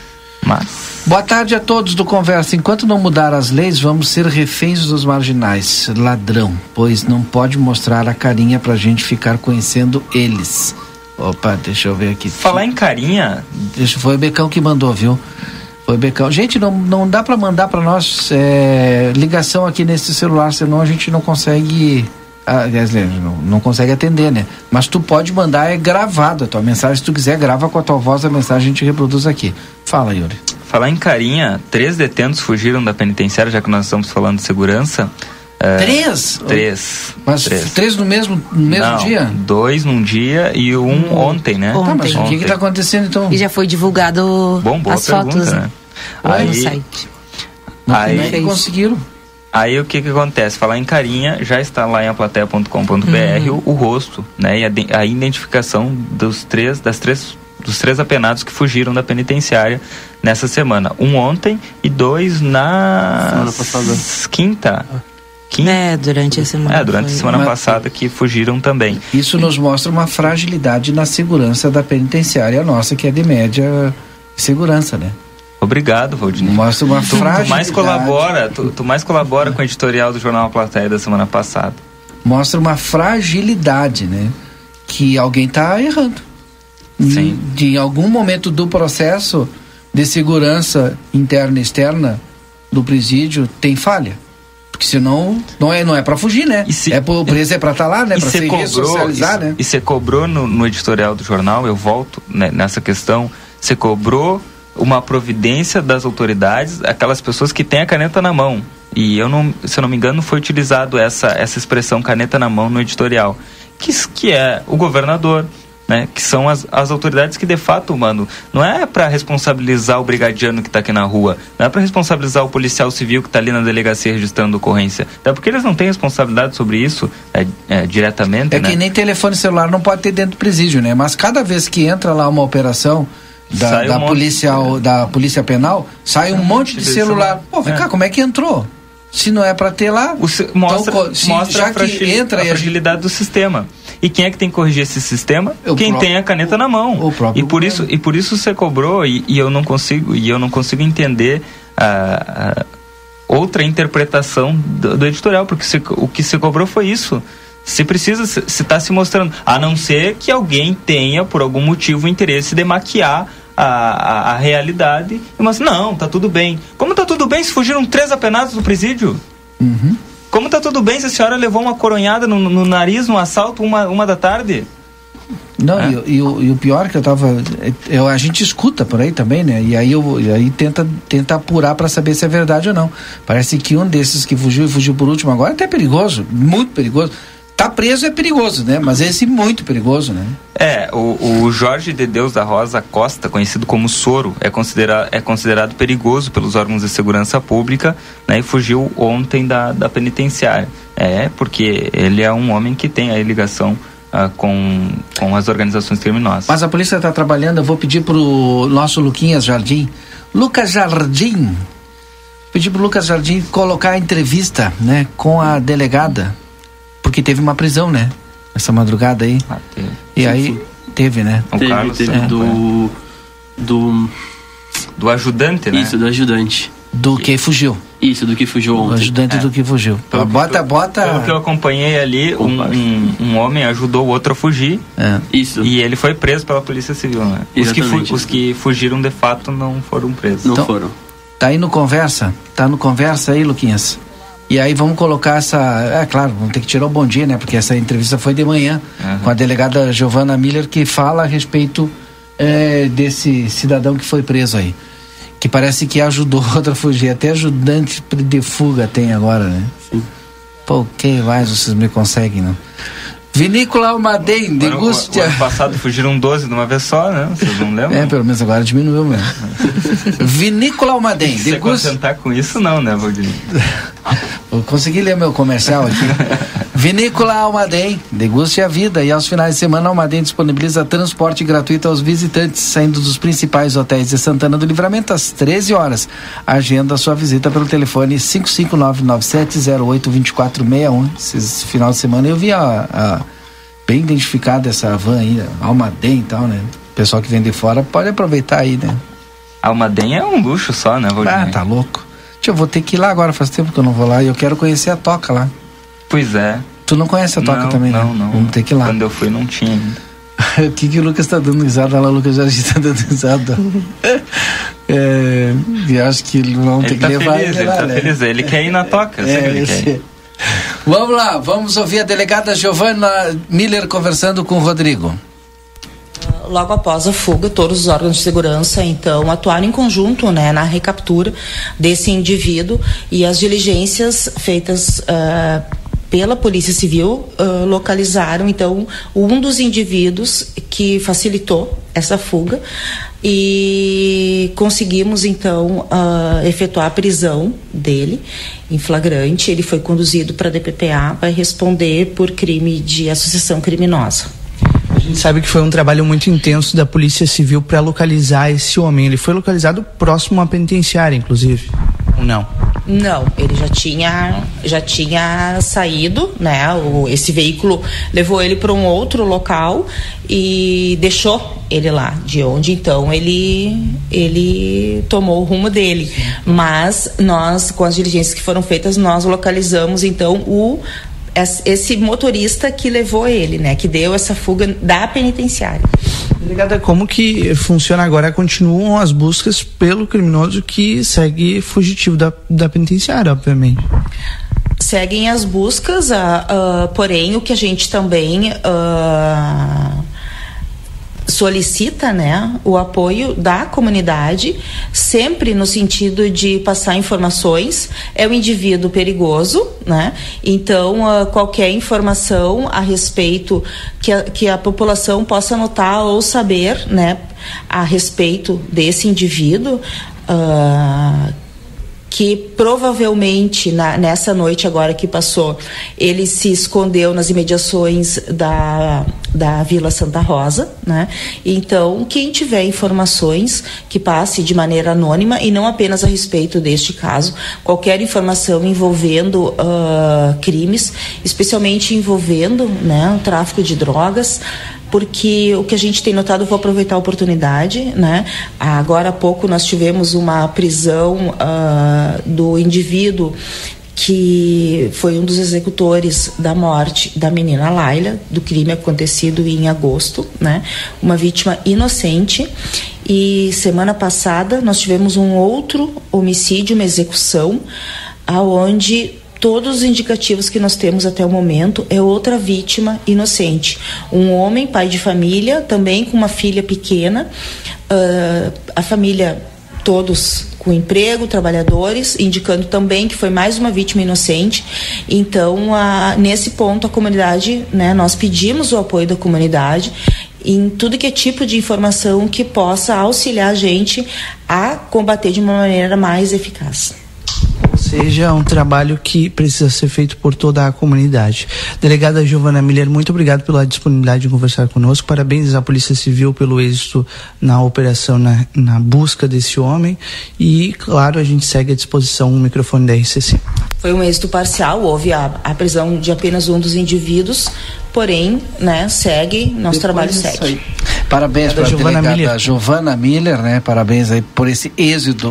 Mas... Boa tarde a todos do Conversa. Enquanto não mudar as leis, vamos ser reféns dos marginais. Ladrão, pois não pode mostrar a carinha pra gente ficar conhecendo eles. Opa, deixa eu ver aqui. Falar em carinha... Deixa, foi o Becão que mandou, viu? Foi Becão. Gente, não, não dá para mandar para nós é, ligação aqui nesse celular, senão a gente não consegue ah, não, não consegue atender, né? Mas tu pode mandar é gravado a tua mensagem, se tu quiser grava com a tua voz a mensagem, a gente reproduz aqui. Fala, Yuri. Falar em carinha, três detentos fugiram da penitenciária, já que nós estamos falando de segurança. Uh, três? Três. Mas três, três no mesmo, no mesmo não, dia? Dois num dia e um hum. ontem, né? Ontem. Tá, mas o que que tá acontecendo então? E já foi divulgado Bom, boa as pergunta, fotos, né? Aí, no site. Aí, aí conseguiram. Aí o que que acontece? Falar em carinha, já está lá em aplateia ponto com ponto b r uhum. o, o rosto, né? E a, de, a identificação dos três, das três, dos três apenados que fugiram da penitenciária nessa semana. Um ontem e dois na semana passada. Quinta. Quinta. É, durante a semana. É, durante foi. a semana Mas, passada que fugiram também. Isso nos mostra uma fragilidade na segurança da penitenciária nossa, que é de média segurança, né? Obrigado, Valdinei. Mostra uma tu, fragilidade. Tu mais colabora, tu, tu mais colabora com o editorial do Jornal A Plateia da semana passada. Mostra uma fragilidade, né? Que alguém está errando. Sim. De, de algum momento do processo de segurança interna e externa do presídio tem falha. Porque senão não é, não é para fugir, né? Se, é pro preso é para estar tá lá, né? Para se socializar, né? E você cobrou no, no editorial do jornal, eu volto né, nessa questão, você cobrou uma providência das autoridades, aquelas pessoas que têm a caneta na mão. E eu não, se eu não me engano, foi utilizado essa, essa expressão caneta na mão no editorial, que, que é o governador, né? Que são as, as autoridades que de fato, mano, não é para responsabilizar o brigadiano que está aqui na rua, não é para responsabilizar o policial civil que está ali na delegacia registrando ocorrência, até porque eles não têm responsabilidade sobre isso é, é, diretamente, é né? Que nem telefone celular não pode ter dentro do presídio, né? Mas cada vez que entra lá uma operação da, da, um policial, monte, da polícia penal, sai um, um monte de celular. Pô, vem é. cá, como é que entrou? Se não é para ter lá, o se, mostra, então, se, mostra já a, fragil, que entra a fragilidade do sistema. E quem é que tem que corrigir esse sistema? O quem próprio, tem a caneta na mão. O próprio e por isso e por isso você cobrou e, e eu não consigo e eu não consigo entender a, a outra interpretação do, do editorial, porque se, o que se cobrou foi isso. Se precisa, se está se mostrando, a não ser que alguém tenha por algum motivo o interesse de maquiar A, a, a realidade, mas não, tá tudo bem. Como tá tudo bem se fugiram três apenados do presídio? Uhum. Como tá tudo bem se a senhora levou uma coronhada no, no nariz num assalto uma, uma da tarde? Não, é. e, e, o, e o pior que eu tava eu, a gente escuta por aí também, né? E aí, eu, e aí tenta, tenta apurar para saber se é verdade ou não. Parece que um desses que fugiu e fugiu por último agora é até perigoso, muito perigoso. Tá preso é perigoso, né? Mas esse é muito perigoso, né? É, o, o Jorge de Deus da Rosa Costa, conhecido como Soro, é, considera, é considerado perigoso pelos órgãos de segurança pública, né? E fugiu ontem da, da penitenciária. É, porque ele é um homem que tem a ligação uh, com, com as organizações criminosas. Mas a polícia está trabalhando, eu vou pedir pro nosso Luquinhas Jardim. Lucas Jardim. Pedir pro Lucas Jardim colocar a entrevista, né? Com a delegada. Porque teve uma prisão, né? Essa madrugada aí. Ah, teve. E sim, aí, sim. teve, né? O teve, Carlos, teve é, do... Do... Do ajudante, né? Isso, do ajudante. Do que fugiu. Isso, do que fugiu ontem. O ajudante é. do que fugiu. Pelo bota, que, bota... Pelo que eu acompanhei ali, um, um, um homem ajudou o outro a fugir. É. Isso. E ele foi preso pela Polícia Civil, né? Os que, fu- os que fugiram de fato não foram presos. Não então, foram. Tá aí no Conversa? Tá no Conversa aí, Luquinhas? E aí vamos colocar essa... É claro, vamos ter que tirar o bom dia, né? Porque essa entrevista foi de manhã, uhum. com a delegada Giovana Miller, que fala a respeito é, desse cidadão que foi preso aí. Que parece que ajudou outra a fugir. Até ajudante de fuga tem agora, né? Sim. Pô, que mais vocês me conseguem, não? Vinícola Almaden, deguste... O ano passado fugiram doze de uma vez só, né? Vocês não lembram? É, pelo menos agora diminuiu mesmo. Vinícola Almaden, deguste... Se contentar com isso, não, né, Valdir? Eu consegui ler meu comercial aqui. Vinícola Almaden, deguste a vida. E aos finais de semana, a Almaden disponibiliza transporte gratuito aos visitantes, saindo dos principais hotéis de Santana do Livramento às treze horas. Agenda a sua visita pelo telefone cinco cinco nove nove sete zero oito dois quatro seis um. Esse final de semana eu vi a, a bem identificada essa van aí, Almaden e tal, né? O pessoal que vem de fora pode aproveitar aí, né? Almaden é um luxo só, né, Valdir? Ah, tá louco. Tio, eu vou ter que ir lá agora, faz tempo que eu não vou lá e eu quero conhecer a Toca lá. Pois é. Tu não conhece a Toca não, também, não, né? Não, Vamos ter que ir lá. Quando eu fui não tinha ainda. O que que o Lucas tá dando risada lá? O Lucas já está dando risada. é, e acho que vamos ter ele que tá levar feliz, ele lá, ele tá né? feliz. Ele quer ir na Toca, eu sei é, que ele quer ir. Vamos lá, vamos ouvir a delegada Giovana Miller conversando com o Rodrigo. Logo após a fuga, todos os órgãos de segurança, então, atuaram em conjunto, né, na recaptura desse indivíduo, e as diligências feitas uh, pela Polícia Civil uh, localizaram, então, um dos indivíduos que facilitou essa fuga, e conseguimos, então, uh, efetuar a prisão dele em flagrante. Ele foi conduzido para a D P P A, vai responder por crime de associação criminosa. A gente sabe que foi um trabalho muito intenso da Polícia Civil para localizar esse homem. Ele foi localizado próximo à penitenciária, inclusive, ou não? Não, ele já tinha, já tinha saído, né? O, esse veículo levou ele para um outro local e deixou ele lá, de onde então ele, ele tomou o rumo dele. Mas nós, com as diligências que foram feitas, nós localizamos então o esse motorista que levou ele, né, que deu essa fuga da penitenciária. Delegada, como que funciona agora? Continuam as buscas pelo criminoso que segue fugitivo da, da penitenciária, obviamente. Seguem as buscas, uh, uh, porém o que a gente também uh, solicita, né, o apoio da comunidade, sempre no sentido de passar informações. É um indivíduo perigoso, né? Então uh, qualquer informação a respeito que a, que a população possa notar ou saber, né, a respeito desse indivíduo, uh, que provavelmente na, nessa noite agora que passou, ele se escondeu nas imediações da, da Vila Santa Rosa, né? Então, quem tiver informações que passe de maneira anônima, e não apenas a respeito deste caso, qualquer informação envolvendo uh, crimes, especialmente envolvendo, né, o tráfico de drogas, porque o que a gente tem notado, vou aproveitar a oportunidade, né? Agora há pouco nós tivemos uma prisão uh, do indivíduo que foi um dos executores da morte da menina Laila, do crime acontecido em agosto, né? Uma vítima inocente. E semana passada nós tivemos um outro homicídio, uma execução, aonde todos os indicativos que nós temos até o momento é outra vítima inocente. Um homem, pai de família, também com uma filha pequena, uh, a família todos com emprego, trabalhadores, indicando também que foi mais uma vítima inocente. Então, a, nesse ponto, a comunidade, né, nós pedimos o apoio da comunidade em tudo que é tipo de informação que possa auxiliar a gente a combater de uma maneira mais eficaz. Ou seja, um trabalho que precisa ser feito por toda a comunidade. Delegada Giovana Miller, muito obrigado pela disponibilidade de conversar conosco. Parabéns à Polícia Civil pelo êxito na operação, na, na busca desse homem. E, claro, a gente segue à disposição o microfone da R C C. Foi um êxito parcial, houve a, a prisão de apenas um dos indivíduos, porém, né, segue, nosso Depois trabalho segue. Aí. Parabéns para a delegada Miller. Giovana Miller, né? Parabéns aí por esse êxito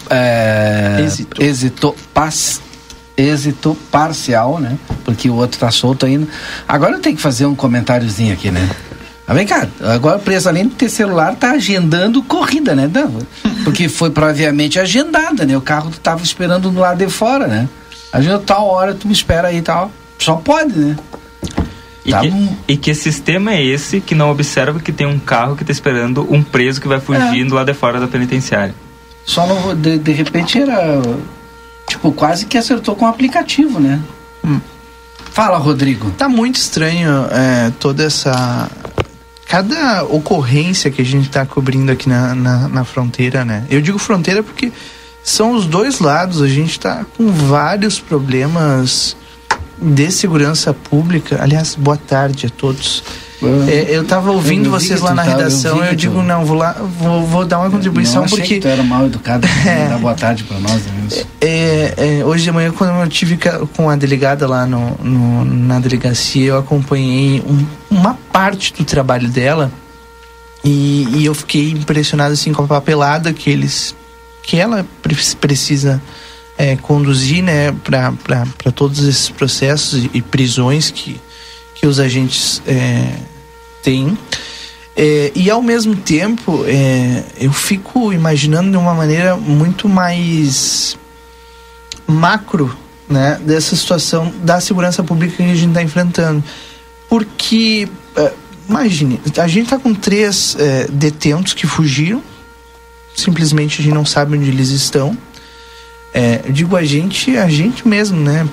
é, êxito, êxito, pas, êxito parcial, né? Porque o outro tá solto ainda. Agora eu tenho que fazer um comentáriozinho aqui, né? Ah, vem cá, agora preso além de ter celular, tá agendando corrida, né? Não, porque foi previamente agendada, né? O carro tu tava esperando do lado de fora, né? Agenda tal hora, tu me espera aí e tal. Só pode, né? E, tá que, um... e que sistema é esse que não observa que tem um carro que tá esperando um preso que vai fugindo é. lá de fora da penitenciária? Só no, de, de repente era, tipo, quase que acertou com o aplicativo, né? Hum. Fala, Rodrigo. Tá muito estranho é, toda essa... Cada ocorrência que a gente está cobrindo aqui na, na, na fronteira, né? Eu digo fronteira porque são os dois lados. A gente está com vários problemas de segurança pública. Aliás, boa tarde a todos. É, eu estava ouvindo eu vocês lá na redação. Eu, eu digo, não, vou lá, vou, vou dar uma contribuição não achei porque. Que tu era mal educado, é, dar boa tarde para nós. É, é, hoje de manhã, quando eu tive com a delegada lá no, no, na delegacia, eu acompanhei um, uma parte do trabalho dela e, e eu fiquei impressionado assim com a papelada que eles, que ela precisa é, conduzir, né, para todos esses processos e, e prisões que que os agentes é, têm. É, e ao mesmo tempo é, eu fico imaginando de uma maneira muito mais macro, né, dessa situação da segurança pública que a gente está enfrentando, porque é, imagine, a gente está com três é, detentos que fugiram, simplesmente a gente não sabe onde eles estão. É, eu digo a gente, a gente mesmo, né,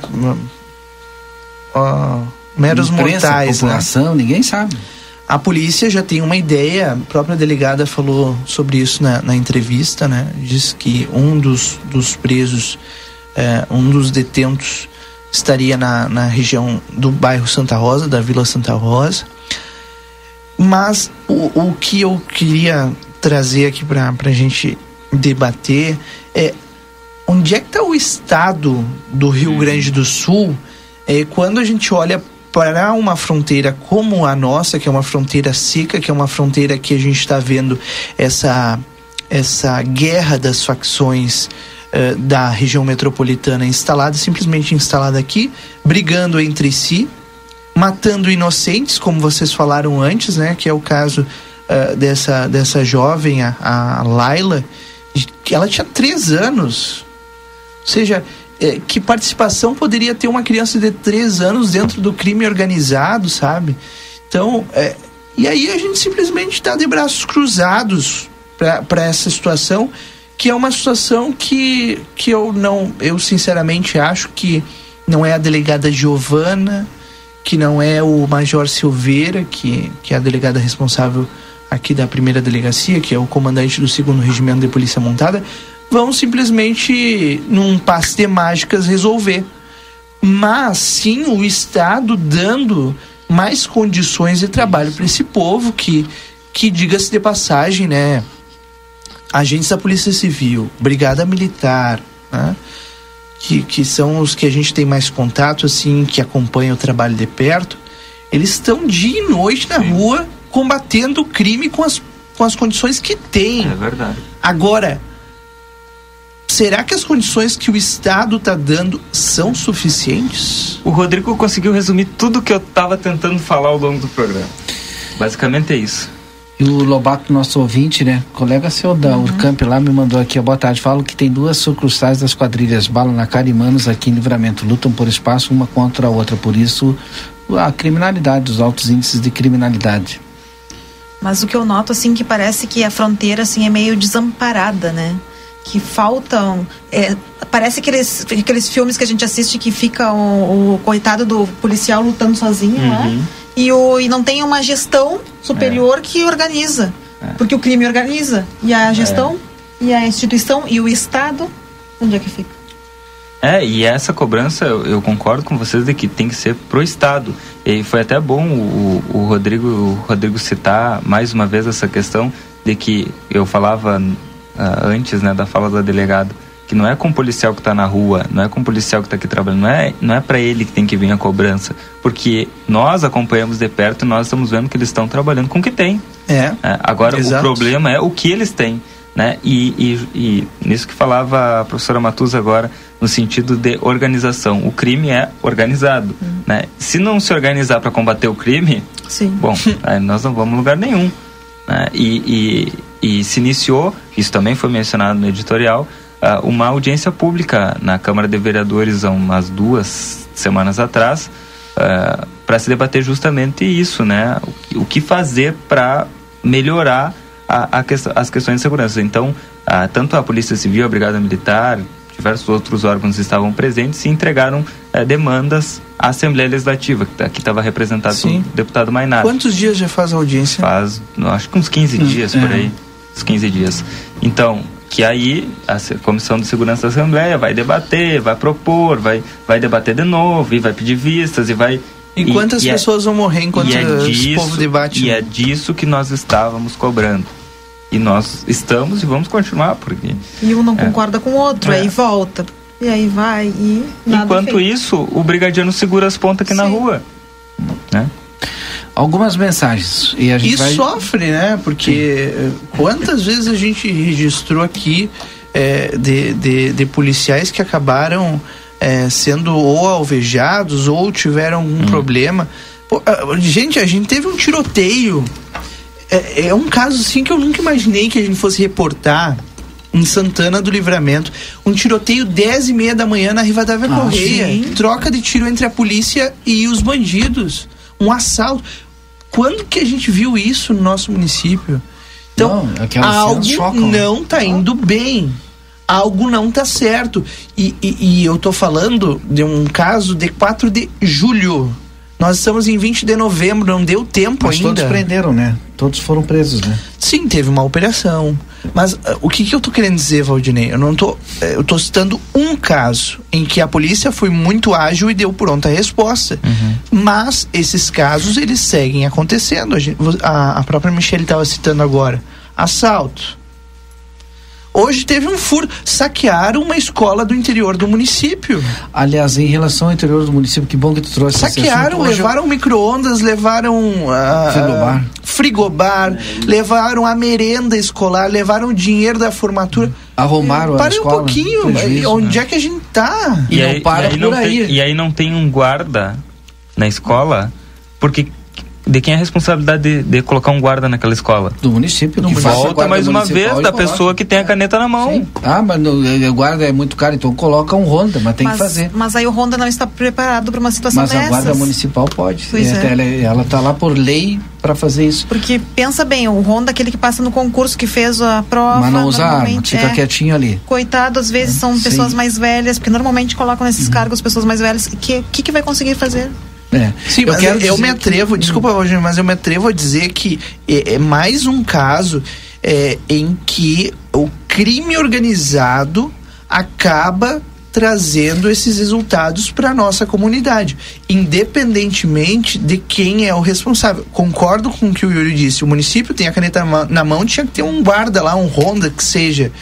ó, meros imprensa, mortais, população, né? Ninguém sabe. A polícia já tem uma ideia, a própria delegada falou sobre isso na, na entrevista, né? Diz que um dos, dos presos, é, um dos detentos estaria na, na região do bairro Santa Rosa, da Vila Santa Rosa. Mas o, o que eu queria trazer aqui para a gente debater é onde é que está o estado do Rio Grande do Sul é, quando a gente olha para uma fronteira como a nossa, que é uma fronteira seca, que é uma fronteira que a gente está vendo essa, essa guerra das facções uh, da região metropolitana instalada, simplesmente instalada aqui, brigando entre si, matando inocentes, como vocês falaram antes, né? Que é o caso uh, dessa, dessa jovem, a, a Laila, que ela tinha três anos. Ou seja, que participação poderia ter uma criança de três anos dentro do crime organizado, sabe? Então, é, e aí a gente simplesmente está de braços cruzados para essa situação, que é uma situação que, que eu não, eu sinceramente acho que não é a delegada Giovana, que não é o Major Silveira, que, que é a delegada responsável aqui da primeira delegacia, que é o comandante do segundo regimento de polícia montada, vão simplesmente, num passe de mágicas, resolver. Mas sim o Estado dando mais condições de trabalho para esse povo que, que diga-se de passagem, né? Agentes da Polícia Civil, Brigada Militar, né? que, que são os que a gente tem mais contato, assim, que acompanham o trabalho de perto, eles estão dia e noite na sim. rua combatendo o crime com as, com as condições que tem. É verdade. Agora, será que as condições que o Estado está dando são suficientes? O Rodrigo conseguiu resumir tudo que eu estava tentando falar ao longo do programa. Basicamente é isso. E o Lobato, nosso ouvinte, né? Colega seu da uhum. Urcamp lá me mandou aqui, ó, boa tarde. Falo que tem duas sucursais das quadrilhas Bala na Cara e Manos aqui em Livramento. Lutam por espaço uma contra a outra. Por isso, a criminalidade, os altos índices de criminalidade. Mas o que eu noto, assim, que parece que a fronteira, assim, é meio desamparada, né? Que faltam, é, parece aqueles, aqueles filmes que a gente assiste que fica o, o coitado do policial lutando sozinho, uhum. lá, e, o, e não tem uma gestão superior é. que organiza, é. porque o crime organiza, e a gestão, é. e a instituição, e o Estado, onde é que fica? É, e essa cobrança, eu, eu concordo com vocês de que tem que ser pro Estado, e foi até bom o, o, Rodrigo, o Rodrigo citar mais uma vez essa questão de que eu falava Uh, antes, né, da fala da delegada, que não é com o policial que está na rua, não é com o policial que está aqui trabalhando, não é, não é para ele que tem que vir a cobrança, porque nós acompanhamos de perto e nós estamos vendo que eles estão trabalhando com o que tem. É. É, agora, exato. O problema é o que eles têm, né? E, e, e nisso que falava a professora Matuza agora, no sentido de organização. O crime é organizado, hum. né? Se não se organizar para combater o crime, Sim. bom, aí nós não vamos a lugar nenhum, né? E, e, e se iniciou, isso também foi mencionado no editorial, uh, uma audiência pública na Câmara de Vereadores há umas duas semanas atrás, uh, para se debater justamente isso, né? O, o que fazer para melhorar a, a que, as questões de segurança. Então, uh, tanto a Polícia Civil, a Brigada Militar, diversos outros órgãos estavam presentes e entregaram uh, demandas à Assembleia Legislativa, que aqui estava representado Sim. pelo deputado Mainar. Quantos dias já faz a audiência? Faz, acho que uns quinze hum, dias, é. por aí. Uns quinze dias. Então, que aí a Comissão de Segurança da Assembleia vai debater, vai propor, vai, vai debater de novo, e vai pedir vistas, e vai... E, e quantas e pessoas é, vão morrer enquanto é disso, o povo debate? E é disso que nós estávamos cobrando. E nós estamos e vamos continuar, porque... E um não é, concorda com o outro, é. aí volta. E aí vai e nada Enquanto feito. Isso, o brigadiano segura as pontas aqui Sim. na rua. Né? Algumas mensagens. E, a gente e vai... sofre, né? Porque Sim. quantas vezes a gente registrou aqui é, de, de, de policiais que acabaram é, sendo ou alvejados ou tiveram algum hum. problema. Pô, a, gente, a gente teve um tiroteio. É, é um caso assim que eu nunca imaginei que a gente fosse reportar em Santana do Livramento. Um tiroteio dez e meia da manhã na Rivadavia ah, Correia. Sim. Troca de tiro entre a polícia e os bandidos. Um assalto. Quando que a gente viu isso no nosso município? Então, não, algo não tá indo bem. Algo não tá certo. E, e, e eu tô falando de um caso de quatro de julho. Nós estamos em vinte de novembro, não deu tempo mas ainda. Todos prenderam, né? Todos foram presos, né? Sim, teve uma operação. Mas uh, o que, que eu tô querendo dizer, Valdinei? Eu não tô... Uh, eu tô citando um caso em que a polícia foi muito ágil e deu pronta resposta. Uhum. Mas esses casos, eles seguem acontecendo. A, gente, a, a própria Michele estava citando agora. Assalto. Hoje teve um furo, saquearam uma escola do interior do município. Aliás, em relação ao interior do município, que bom que tu trouxe esse assunto. Saquearam, levaram eu... micro-ondas, levaram uh, frigobar, frigobar levaram a merenda escolar, levaram o dinheiro da formatura. Arrumaram Para a escola. Para um pouquinho, prejuízo, onde né? é que a gente tá? E, e não aí, para e aí por não aí. Tem, e aí não tem um guarda na escola, porque... De quem é a responsabilidade de, de colocar um guarda naquela escola? Do município. Que volta mais uma vez da pessoa que tem a caneta na mão. Sim. Ah, mas o guarda é muito caro, então coloca um Honda, mas tem mas, que fazer. Mas aí o Honda não está preparado para uma situação mas dessas. Mas a guarda municipal pode. Pois é. Ela, ela tá lá por lei para fazer isso. Porque pensa bem, o Honda é aquele que passa no concurso, que fez a prova. Mas não usa arma, fica é, quietinho ali. Coitado, às vezes são Sim. pessoas mais velhas, porque normalmente colocam nesses uhum. cargos pessoas mais velhas. O que, que, que vai conseguir fazer? É. Sim, eu, quero eu me atrevo, que... desculpa, Rogério, mas eu me atrevo a dizer que é, é mais um caso é, em que o crime organizado acaba trazendo esses resultados para a nossa comunidade, independentemente de quem é o responsável. Concordo com o que o Yuri disse, o município tem a caneta na mão, tinha que ter um guarda lá, um Honda que seja,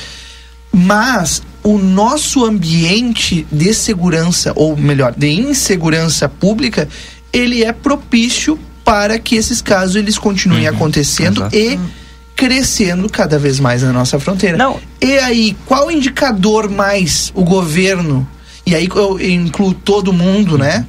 mas o nosso ambiente de segurança, ou melhor, de insegurança pública, ele é propício para que esses casos eles continuem uhum, acontecendo exato. E crescendo cada vez mais na nossa fronteira. Não. E aí, qual indicador mais o governo, e aí eu incluo todo mundo, né?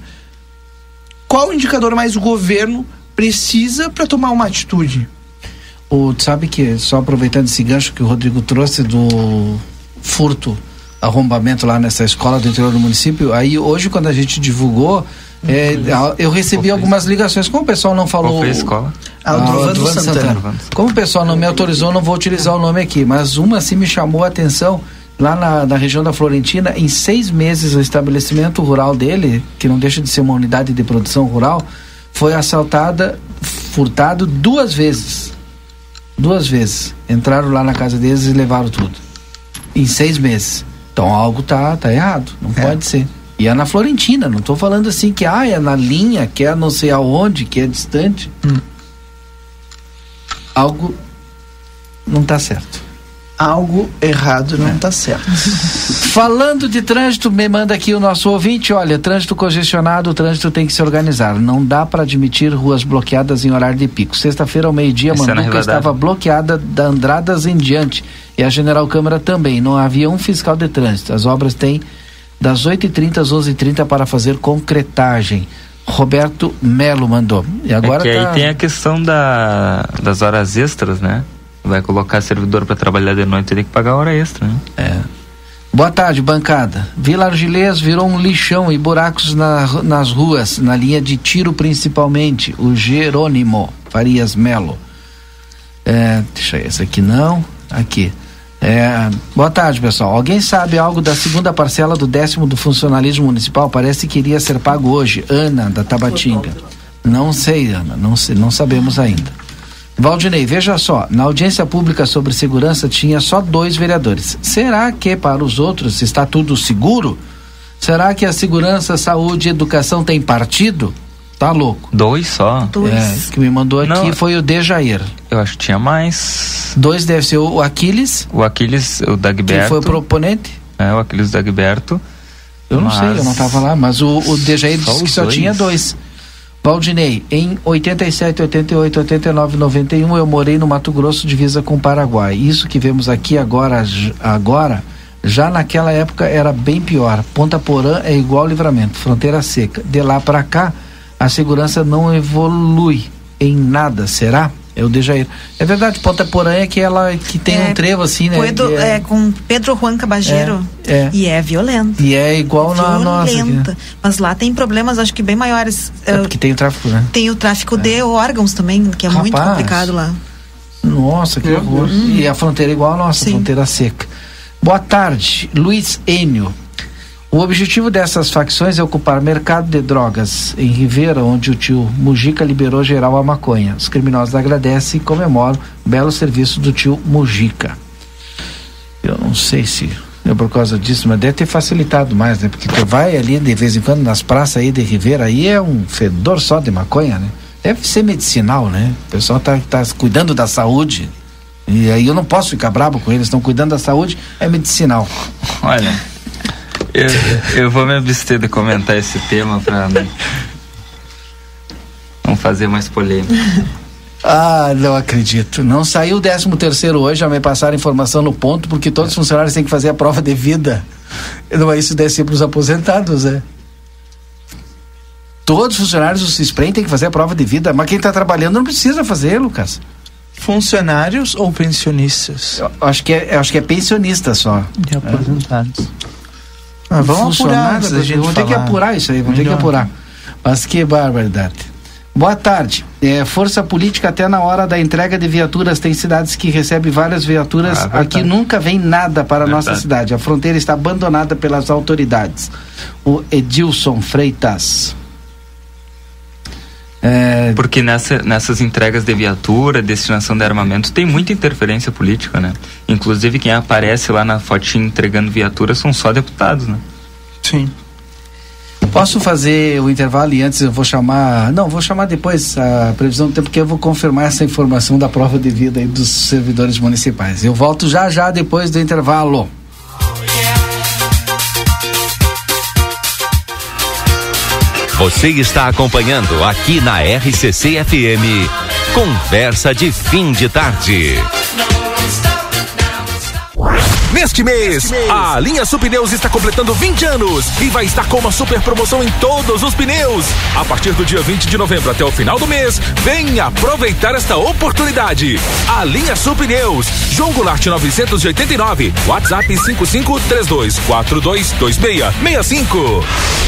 Qual indicador mais o governo precisa para tomar uma atitude? O, sabe que, só aproveitando esse gancho que o Rodrigo trouxe do furto, arrombamento lá nessa escola do interior do município, aí hoje quando a gente divulgou, é, eu recebi algumas ligações. Como o pessoal não falou... Qual foi a escola? Ah, o Trovando Santana. Santana. Como o pessoal não me autorizou, não vou utilizar o nome aqui, mas uma assim me chamou a atenção, lá na, na região da Florentina, em seis meses o estabelecimento rural dele, que não deixa de ser uma unidade de produção rural, foi assaltada, furtado duas vezes. Duas vezes. Entraram lá na casa deles e levaram tudo. Em seis meses. Então algo tá, tá errado, não é. Pode ser. E é na Florentina, não estou falando assim que ah, é na linha, que é não sei aonde, que é distante. Hum. Algo não está certo. algo errado não está é. certo. Falando de trânsito, me manda aqui o nosso ouvinte, olha, trânsito congestionado, o trânsito tem que se organizar, não dá para admitir ruas bloqueadas em horário de pico. Sexta-feira ao meio-dia, Manduca estava bloqueada da Andradas em diante, e a General Câmara também, não havia um fiscal de trânsito. As obras têm das oito e trinta às onze e trinta para fazer concretagem. Roberto Melo mandou. E agora é que tá... aí tem a questão da, das horas extras, né? Vai colocar servidor para trabalhar de noite, tem que pagar hora extra, né? É. Boa tarde, bancada. Vila Argilês virou um lixão e buracos na, nas ruas, na linha de tiro principalmente. O Jerônimo Farias Melo. É, deixa eu, esse aqui não. Aqui. É, boa tarde, pessoal. Alguém sabe algo da segunda parcela do décimo do funcionalismo municipal? Parece que iria ser pago hoje. Ana, da Tabatinga. Não sei, Ana. Não, sei, não sabemos ainda. Valdinei, veja só, na audiência pública sobre segurança tinha só dois vereadores. Será que para os outros está tudo seguro? Será que a segurança, saúde e educação tem partido? Tá louco. Dois só? Dois. É, que me mandou aqui Não, foi o Dejair. Eu acho que tinha mais. Dois deve ser o Aquiles. O Aquiles, o Dagberto. Que foi o proponente? É, o Aquiles Dagberto. Eu mas... não sei, eu não tava lá, mas o, o Dejair disse que só dois. tinha dois. Valdinei, em oitenta e sete, oitenta e oito, oitenta e nove, noventa e um eu morei no Mato Grosso, divisa com o Paraguai. Isso que vemos aqui agora, agora, já naquela época era bem pior. Ponta Porã é igual Livramento, fronteira seca. De lá para cá, a segurança não evolui em nada, será? É o Dejair. É verdade, Ponta Porã é que ela que tem é, um trevo assim, né? Pedro, é, é com Pedro Juan Cabageiro. É, é. E é violento. E é igual na nossa. Violenta. Mas lá tem problemas, acho que bem maiores. É porque tem o tráfico, né? Tem o tráfico é. de órgãos também, que é Rapaz, muito complicado lá. Nossa, que uhum. horror. Uhum. E a fronteira é igual a nossa, Sim. fronteira seca. Boa tarde, Luiz Enio. O objetivo dessas facções é ocupar mercado de drogas em Ribeira, onde o tio Mujica liberou geral a maconha. Os criminosos agradecem e comemoram o belo serviço do tio Mujica. Eu não sei se é por causa disso, mas deve ter facilitado mais, né? Porque tu vai ali de vez em quando nas praças aí de Ribeira, aí é um fedor só de maconha, né? Deve ser medicinal, né? O pessoal tá, tá cuidando da saúde. E aí eu não posso ficar bravo com eles, estão cuidando da saúde, é medicinal. Olha... Eu, eu vou me abster de comentar esse tema para não fazer mais polêmica. Ah, não acredito. Não saiu o décimo terceiro hoje, já me passaram informação no ponto, porque todos os funcionários têm que fazer a prova de vida. Não é isso, deve ser para os aposentados, né? Todos os funcionários do CISPREM têm que fazer a prova de vida, mas quem está trabalhando não precisa fazer, Lucas. Funcionários ou pensionistas? Eu acho que é, eu acho que é pensionista só. E aposentados. É. Ah, vamos apurar, vamos ter que apurar isso aí, vamos Melhor. ter que apurar. Mas que barbaridade. Boa tarde. É, força política até na hora da entrega de viaturas. Tem cidades que recebem várias viaturas. Ah, aqui nunca vem nada para a nossa cidade. A fronteira está abandonada pelas autoridades. O Edilson Freitas. É... Porque nessa, nessas entregas de viatura, destinação de armamento, tem muita interferência política, né? Inclusive quem aparece lá na fotinha entregando viatura são só deputados, né? Sim. Posso fazer o intervalo e antes eu vou chamar... Não, vou chamar depois a previsão do tempo, porque eu vou confirmar essa informação da prova de vida aí dos servidores municipais. Eu volto já já depois do intervalo. Você está acompanhando aqui na R C C F M, Conversa de Fim de Tarde. Neste mês, a linha Supneus está completando vinte anos e vai estar com uma super promoção em todos os pneus. A partir do dia vinte de novembro até o final do mês, venha aproveitar esta oportunidade. A linha Supneus, João Goulart novecentos e oitenta e nove, WhatsApp cinco cinco três dois quatro dois dois seis seis cinco.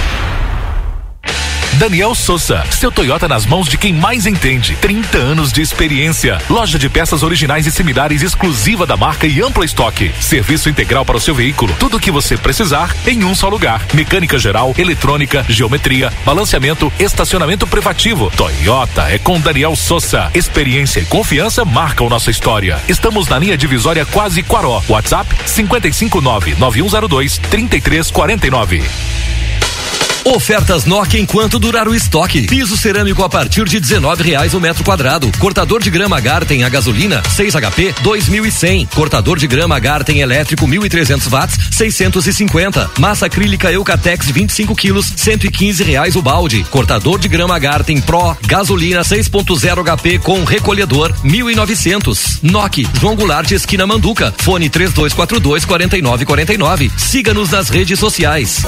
Daniel Souza, seu Toyota nas mãos de quem mais entende. trinta anos de experiência. Loja de peças originais e similares exclusiva da marca e amplo estoque. Serviço integral para o seu veículo. Tudo o que você precisar em um só lugar. Mecânica geral, eletrônica, geometria, balanceamento, estacionamento privativo. Toyota é com Daniel Souza. Experiência e confiança marcam nossa história. Estamos na linha divisória Quase Quaró. WhatsApp cinco cinco nove nove um zero dois três três quatro nove. Ofertas Nokia enquanto durar o estoque. Piso cerâmico a partir de dezenove reais o metro quadrado. Cortador de grama Garten a gasolina seis H P dois mil e cem. Cortador de grama Garten elétrico mil e trezentos watts seiscentos e cinquenta. Massa acrílica Eucatex vinte e cinco quilos cento e quinze reais o balde. Cortador de grama Garten Pro gasolina seis ponto zero H P com recolhedor mil e novecentos. Nokia João Goulart esquina Manduca. Fone três dois quatro dois quatro nove quatro nove. Siga-nos nas redes sociais.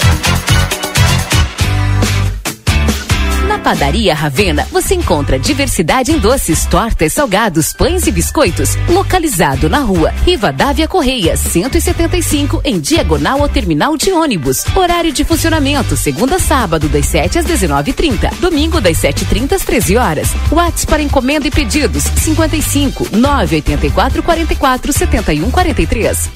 Na Padaria Ravena, você encontra diversidade em doces, tortas, salgados, pães e biscoitos. Localizado na rua Rivadavia Correia, cento e setenta e cinco, em diagonal ao terminal de ônibus. Horário de funcionamento, segunda a sábado, das sete às dezenove e trinta. Domingo, das sete e trinta às treze horas. WhatsApp para encomenda e pedidos, cinquenta e cinco, nove oito quatro, quatro quatro, sete um quatro três.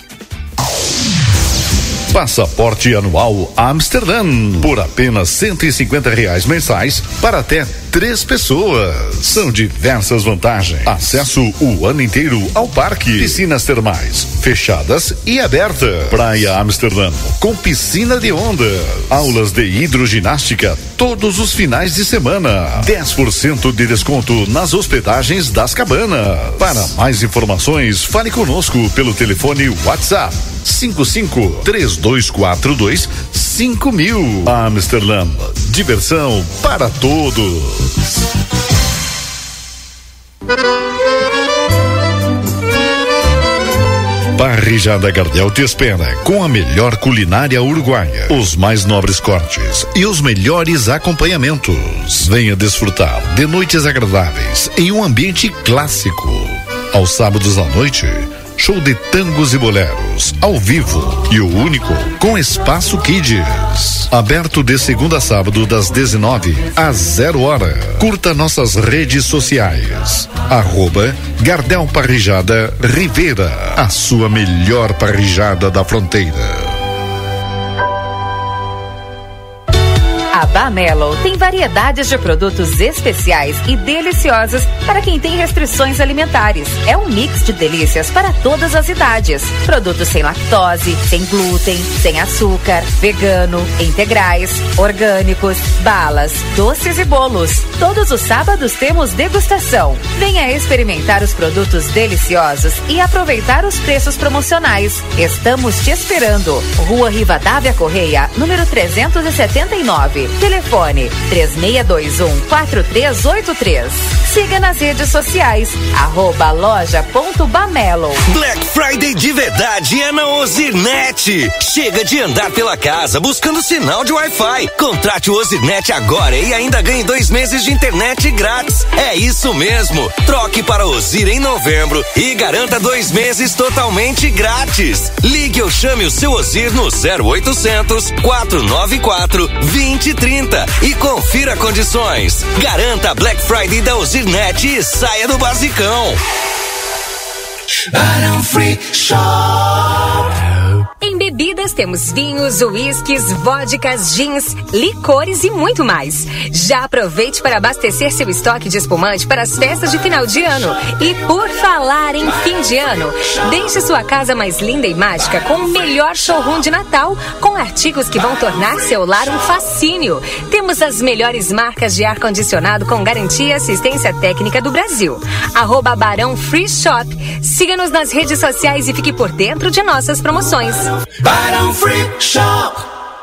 Passaporte anual Amsterdã por apenas cento e cinquenta reais mensais para até três pessoas. São diversas vantagens. Acesso o ano inteiro ao parque, piscinas termais fechadas e abertas, Praia Amsterdã com piscina de onda, aulas de hidroginástica todos os finais de semana, dez por cento de desconto nas hospedagens das cabanas. Para mais informações, fale conosco pelo telefone WhatsApp cinco cinco três dois quatro dois cinco mil. Amsterdã, diversão para todos. Parrijada Gardel te espera com a melhor culinária uruguaia, os mais nobres cortes e os melhores acompanhamentos. Venha desfrutar de noites agradáveis em um ambiente clássico. Aos sábados à noite, show de tangos e boleros, ao vivo e o único com Espaço Kids. Aberto de segunda a sábado das dezenove às zero hora. Curta nossas redes sociais. Arroba Gardel Parrijada Rivera, a sua melhor parrijada da fronteira. A Bamelo tem variedades de produtos especiais e deliciosos para quem tem restrições alimentares. É um mix de delícias para todas as idades. Produtos sem lactose, sem glúten, sem açúcar, vegano, integrais, orgânicos, balas, doces e bolos. Todos os sábados temos degustação. Venha experimentar os produtos deliciosos e aproveitar os preços promocionais. Estamos te esperando. Rua Rivadavia Correia, número trezentos e setenta e nove. Telefone três seis dois um, quatro três oito três. Siga nas redes sociais, arroba loja ponto bamelo. Black Friday de verdade é na Ozirnet. Chega de andar pela casa buscando sinal de Wi-Fi. Contrate o Ozirnet agora e ainda ganhe dois meses de internet grátis. É isso mesmo. Troque para Ozir em novembro e garanta dois meses totalmente grátis. Ligue ou chame o seu Ozir no zero oitocentos, quatro nove quatro, vinte trinta e confira condições. Garanta a Black Friday da Ozirnet e saia do basicão. Barão Free Shop. Em bebidas temos vinhos, uísques, vodkas, gins, licores e muito mais. Já aproveite para abastecer seu estoque de espumante para as festas de final de ano. E por falar em fim de ano, deixe sua casa mais linda e mágica com o melhor showroom de Natal, com artigos que vão tornar seu lar um fascínio. Temos as melhores marcas de ar-condicionado com garantia e assistência técnica do Brasil. Arroba Barão Free Shop. Siga-nos nas redes sociais e fique por dentro de nossas promoções. Barão Free Shop.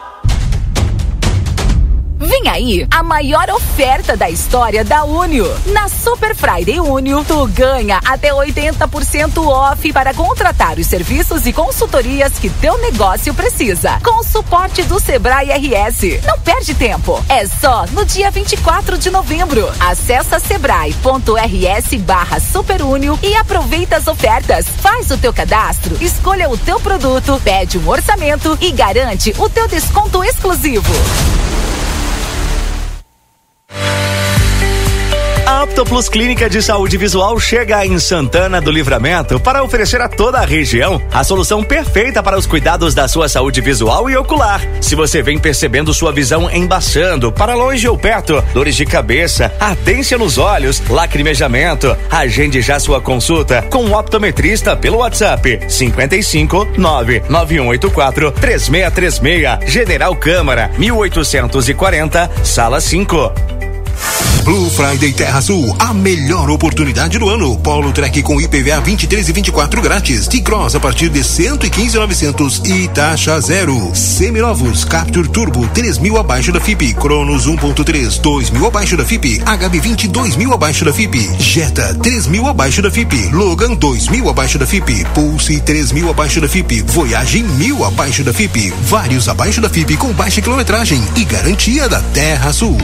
Vem aí a maior oferta da história da Unio. Na Super Friday Unio, tu ganha até oitenta por cento off para contratar os serviços e consultorias que teu negócio precisa. Com o suporte do Sebrae R S. Não perde tempo. É só no dia vinte e quatro de novembro. Acesse sebrae.rs barra superunio e aproveita as ofertas. Faz o teu cadastro, escolha o teu produto, pede um orçamento e garante o teu desconto exclusivo. A Optoplus Clínica de Saúde Visual chega em Santana do Livramento para oferecer a toda a região a solução perfeita para os cuidados da sua saúde visual e ocular. Se você vem percebendo sua visão embaçando, para longe ou perto, dores de cabeça, ardência nos olhos, lacrimejamento, agende já sua consulta com o optometrista pelo WhatsApp cinquenta e cinco, nove nove um oito quatro, três seis três seis, General Câmara, mil oitocentos e quarenta, Sala cinco. Blue Friday Terra Sul, a melhor oportunidade do ano. Polo Trek com I P V A vinte e três e vinte e quatro grátis. T-Cross a partir de cento e quinze mil e novecentos e taxa zero. Seminovos Captur Turbo três mil abaixo da F I P. Cronos um ponto três dois mil abaixo da F I P. H B vinte dois mil abaixo da F I P. Jetta três mil abaixo da F I P. Logan dois mil abaixo da F I P. Pulse três mil abaixo da F I P. Voyage mil abaixo da F I P. Vários abaixo da F I P com baixa quilometragem e garantia da Terra Sul.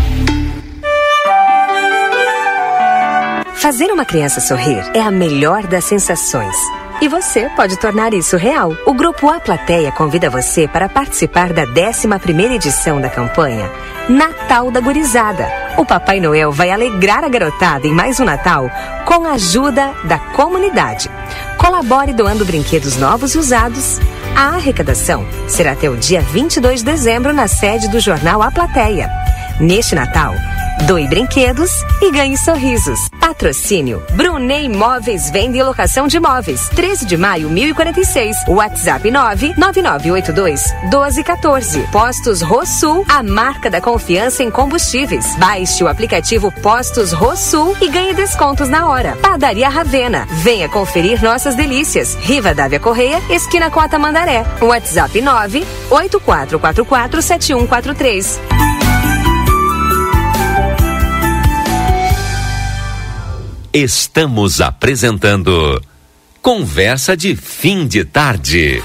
Fazer uma criança sorrir é a melhor das sensações. E você pode tornar isso real. O Grupo A Plateia convida você para participar da décima primeira edição da campanha Natal da Gurizada. O Papai Noel vai alegrar a garotada em mais um Natal com a ajuda da comunidade. Colabore doando brinquedos novos e usados. A arrecadação será até o dia vinte e dois de dezembro na sede do jornal A Plateia. Neste Natal, doe brinquedos e ganhe sorrisos. Patrocínio Brunet Imóveis, venda e locação de imóveis. treze de maio, mil e quarenta e seis. WhatsApp nove nove nove oito dois um dois um quatro. Postos Rosul, a marca da confiança em combustíveis. Baixe o aplicativo Postos Rosul e ganhe descontos na hora. Padaria Ravena, venha conferir nossas delícias. Rivadavia Correia, esquina com a Tamandaré. WhatsApp nove oito quatro quatro quatro sete um quatro três. Estamos apresentando Conversa de Fim de Tarde.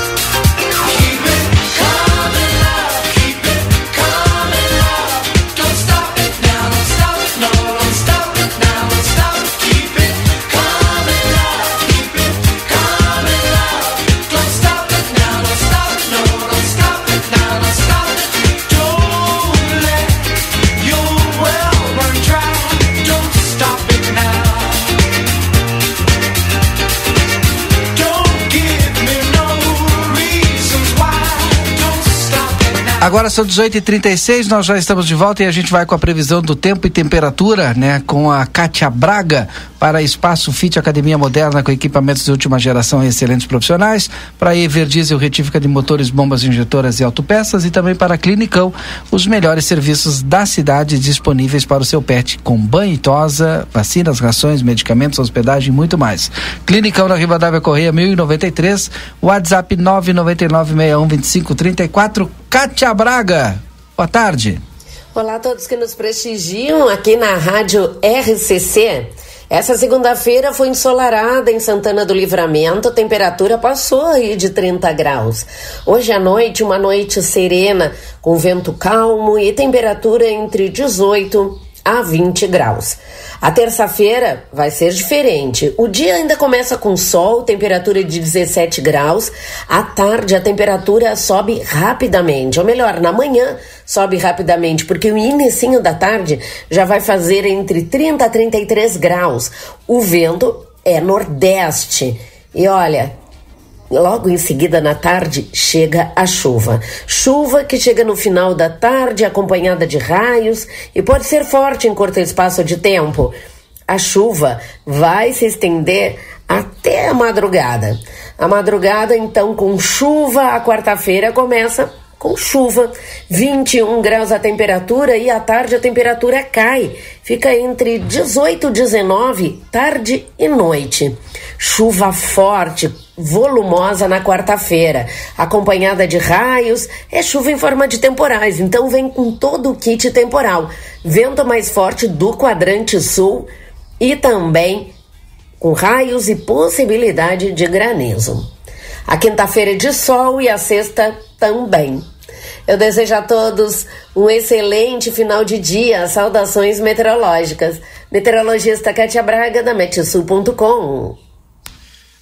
Agora são dezoito e trinta e seis, nós já estamos de volta e a gente vai com a previsão do tempo e temperatura, né? Com a Kátia Braga para Espaço Fit Academia Moderna com equipamentos de última geração e excelentes profissionais, para Everdiesel retífica de motores, bombas injetoras e autopeças, e também para Clinicão, os melhores serviços da cidade disponíveis para o seu pet, com banho e tosa, vacinas, rações, medicamentos, hospedagem e muito mais. Clinicão na Rivadavia Correia mil e noventa e três, WhatsApp nove nove nove seis um dois cinco três quatro. Kátia Braga, boa tarde. Olá a todos que nos prestigiam aqui na Rádio R C C. Essa segunda-feira foi ensolarada em Santana do Livramento, a temperatura passou aí de trinta graus. Hoje à noite, uma noite serena, com vento calmo e temperatura entre dezoito a vinte graus. A terça-feira vai ser diferente. O dia ainda começa com sol, temperatura de dezessete graus. À tarde a temperatura sobe rapidamente, ou melhor, na manhã sobe rapidamente, porque o inicinho da tarde já vai fazer entre trinta a trinta e três graus. O vento é nordeste. E olha, logo em seguida, na tarde, chega a chuva. Chuva que chega no final da tarde, acompanhada de raios, e pode ser forte em curto espaço de tempo. A chuva vai se estender até a madrugada. A madrugada, então, com chuva, a quarta-feira começa com chuva. vinte e um graus a temperatura e à tarde a temperatura cai. Fica entre dezoito e dezenove, tarde e noite. Chuva forte, volumosa na quarta-feira, acompanhada de raios. É chuva em forma de temporais, então vem com todo o kit temporal. Vento mais forte do quadrante sul e também com raios e possibilidade de granizo. A quinta-feira é de sol e a sexta também. Eu desejo a todos um excelente final de dia. Saudações meteorológicas. Meteorologista Kátia Braga, da Metsul ponto com.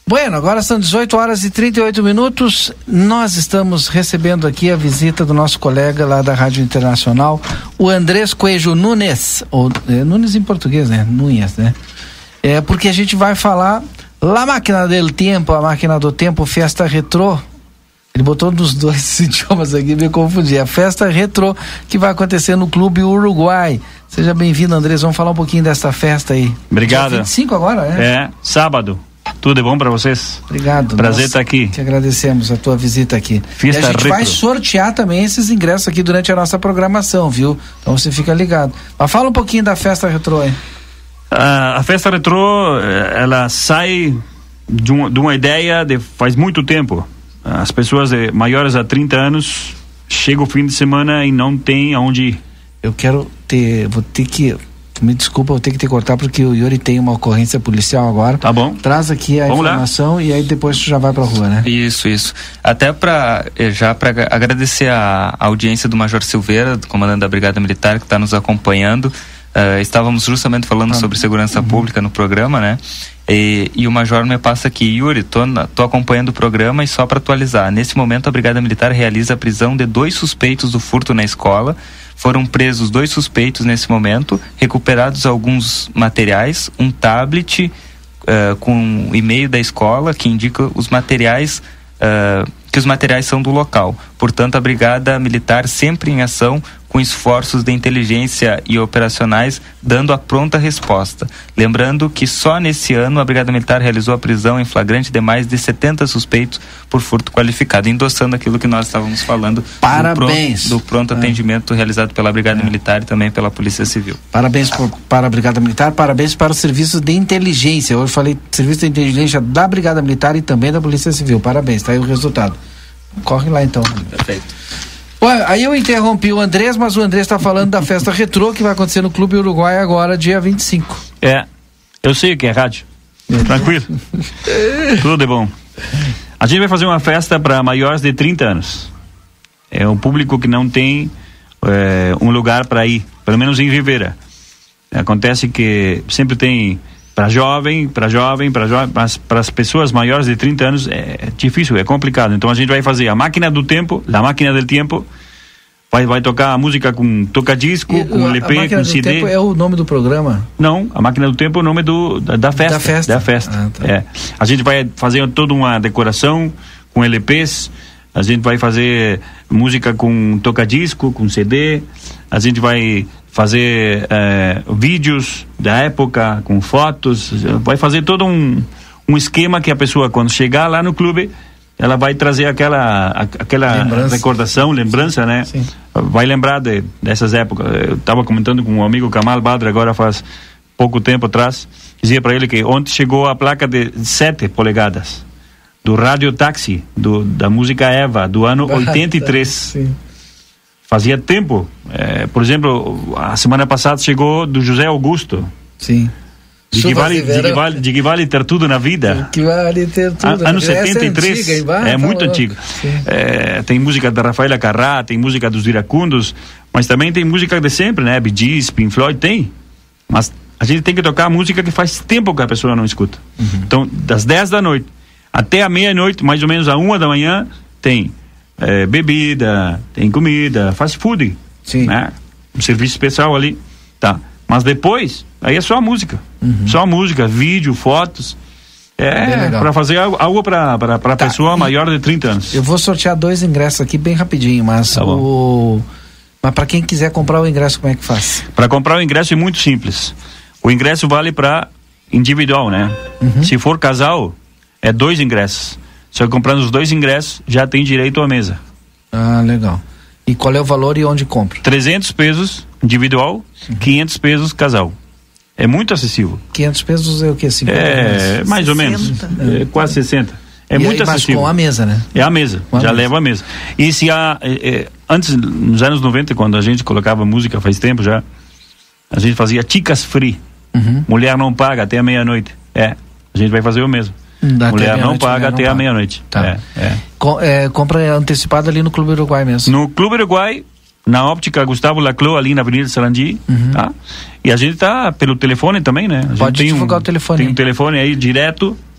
Bueno, agora são dezoito horas e trinta e oito minutos. Nós estamos recebendo aqui a visita do nosso colega lá da Rádio Internacional, o Andrés Coelho Nunes, ou é, Nunes em português, né? Nunes, né? É porque a gente vai falar La Máquina del Tempo, a Máquina do Tempo, Festa Retrô. Ele botou nos dois idiomas aqui, me confundi. A Festa Retrô que vai acontecer no Clube Uruguai. Seja bem-vindo, Andrés. Vamos falar um pouquinho dessa festa aí. Obrigado. Dia vinte e cinco agora, é? É, sábado. Tudo é bom para vocês? Obrigado. Prazer estar aqui. Que agradecemos a tua visita aqui. Festa e a gente retro. vai sortear também esses ingressos aqui durante a nossa programação, viu? Então você fica ligado. Mas fala um pouquinho da Festa Retrô aí. Uh, a Festa Retrô, ela sai de, um, de uma ideia de faz muito tempo. As pessoas de maiores a trinta anos chegam o fim de semana e não tem aonde ir. Eu quero ter, vou ter que... Me desculpa, eu tenho que te cortar porque o Yuri tem uma ocorrência policial agora. Tá bom. Traz aqui a Vamos informação lá. E aí depois tu já vai pra rua, né? Isso, isso. Até para já para agradecer a, a audiência do Major Silveira, do comandante da Brigada Militar, que está nos acompanhando. Uh, estávamos justamente falando ah, sobre segurança uhum. pública no programa, né? E, e o Major me passa aqui, Yuri, tô, na, tô acompanhando o programa e só para atualizar, nesse momento a Brigada Militar realiza a prisão de dois suspeitos do furto na escola. Foram presos dois suspeitos nesse momento, recuperados alguns materiais, um tablet uh, com um e-mail da escola que indica os materiais, uh, que os materiais são do local. Portanto, a Brigada Militar sempre em ação, com esforços de inteligência e operacionais, dando a pronta resposta. Lembrando que só nesse ano a Brigada Militar realizou a prisão em flagrante de mais de setenta suspeitos por furto qualificado, endossando aquilo que nós estávamos falando. Parabéns. Do pronto, do pronto é. atendimento realizado pela Brigada é. Militar e também pela Polícia Civil. Parabéns por, para a Brigada Militar, parabéns para os serviços de inteligência. Eu falei serviço de inteligência da Brigada Militar e também da Polícia Civil. Parabéns, tá aí o resultado. Corre lá então. Perfeito. Ué, aí eu interrompi o Andrés, mas o Andrés está falando da Festa Retrô que vai acontecer no Clube Uruguai agora, dia vinte e cinco. É, eu sei que é rádio. É. Tranquilo. Tudo é bom. A gente vai fazer uma festa para maiores de trinta anos. É um público que não tem é, um lugar para ir, pelo menos em Rivera. Acontece que sempre tem para jovem, para jovem, para jovem, para as pessoas maiores de trinta anos é difícil, é complicado. Então a gente vai fazer a Máquina do Tempo, a Máquina del Tempo, vai, vai tocar a música com toca-disco, com L P, com C D. A Máquina do Tempo é o nome do programa? Não, a Máquina do Tempo é o nome do, da, da festa. Da festa? Da festa, ah, tá. é. A gente vai fazer toda uma decoração com L Ps, a gente vai fazer música com toca-disco, com C D, a gente vai fazer é, vídeos da época com fotos, vai fazer todo um, um esquema que a pessoa, quando chegar lá no clube, ela vai trazer aquela, aquela lembrança. recordação, lembrança, né? Sim. Vai lembrar de, dessas épocas. Eu estava comentando com um amigo, Kamal Badra, agora faz pouco tempo atrás, dizia para ele que ontem chegou a placa de sete polegadas do Rádio Táxi, do, da música Eva, do ano oitenta e três. Sim. Fazia tempo, é, por exemplo, a semana passada chegou do José Augusto. Sim. De que, vale, de, que vale, de que vale ter tudo na vida. Que vale ter tudo. A, ano setenta e três, é, antiga, é muito antigo. É, tem música da Rafaela Carrá, tem música dos Iracundos, mas também tem música de sempre, né? Bee Gees, Pink Floyd, tem. Mas a gente tem que tocar a música que faz tempo que a pessoa não escuta. Uhum. Então, das dez da noite até a meia-noite, mais ou menos a uma da manhã, tem É, bebida, tem comida, fast food, sim, né? Um serviço especial ali, tá? Mas depois, aí é só a música, uhum. só a música, vídeo, fotos, é para fazer algo, algo para para para tá. pessoa maior de trinta anos. Eu vou sortear dois ingressos aqui bem rapidinho, mas tá o mas para quem quiser comprar o ingresso, como é que faz? Para comprar o ingresso é muito simples. O ingresso vale para individual, né? Uhum. Se for casal, é dois ingressos. Só comprando os dois ingressos, já tem direito à mesa. Ah, legal. E qual é o valor e onde compra? trezentos pesos individual, uhum. quinhentos pesos casal. É muito acessível. quinhentos pesos é o que? cinquenta É, mais sessenta. Ou menos. É, quase sessenta. É e muito aí, acessível. Mas com a mesa, né? É a mesa, com já a leva mesa. a mesa. E se há, é, é, antes, nos anos noventa, quando a gente colocava música, faz tempo já, a gente fazia chicas free. Uhum. Mulher não paga até a meia-noite. É, a gente vai fazer o mesmo. Da mulher não paga até a meia-noite. Tá. É, é. Com, é, compra antecipada ali no Clube Uruguai mesmo. No Clube Uruguai, na óptica Gustavo Laclau, ali na Avenida Sarandi. Uhum. Tá? E a gente tá pelo telefone também, né? A Pode gente tem divulgar um, o telefone. Tem um telefone aí direto,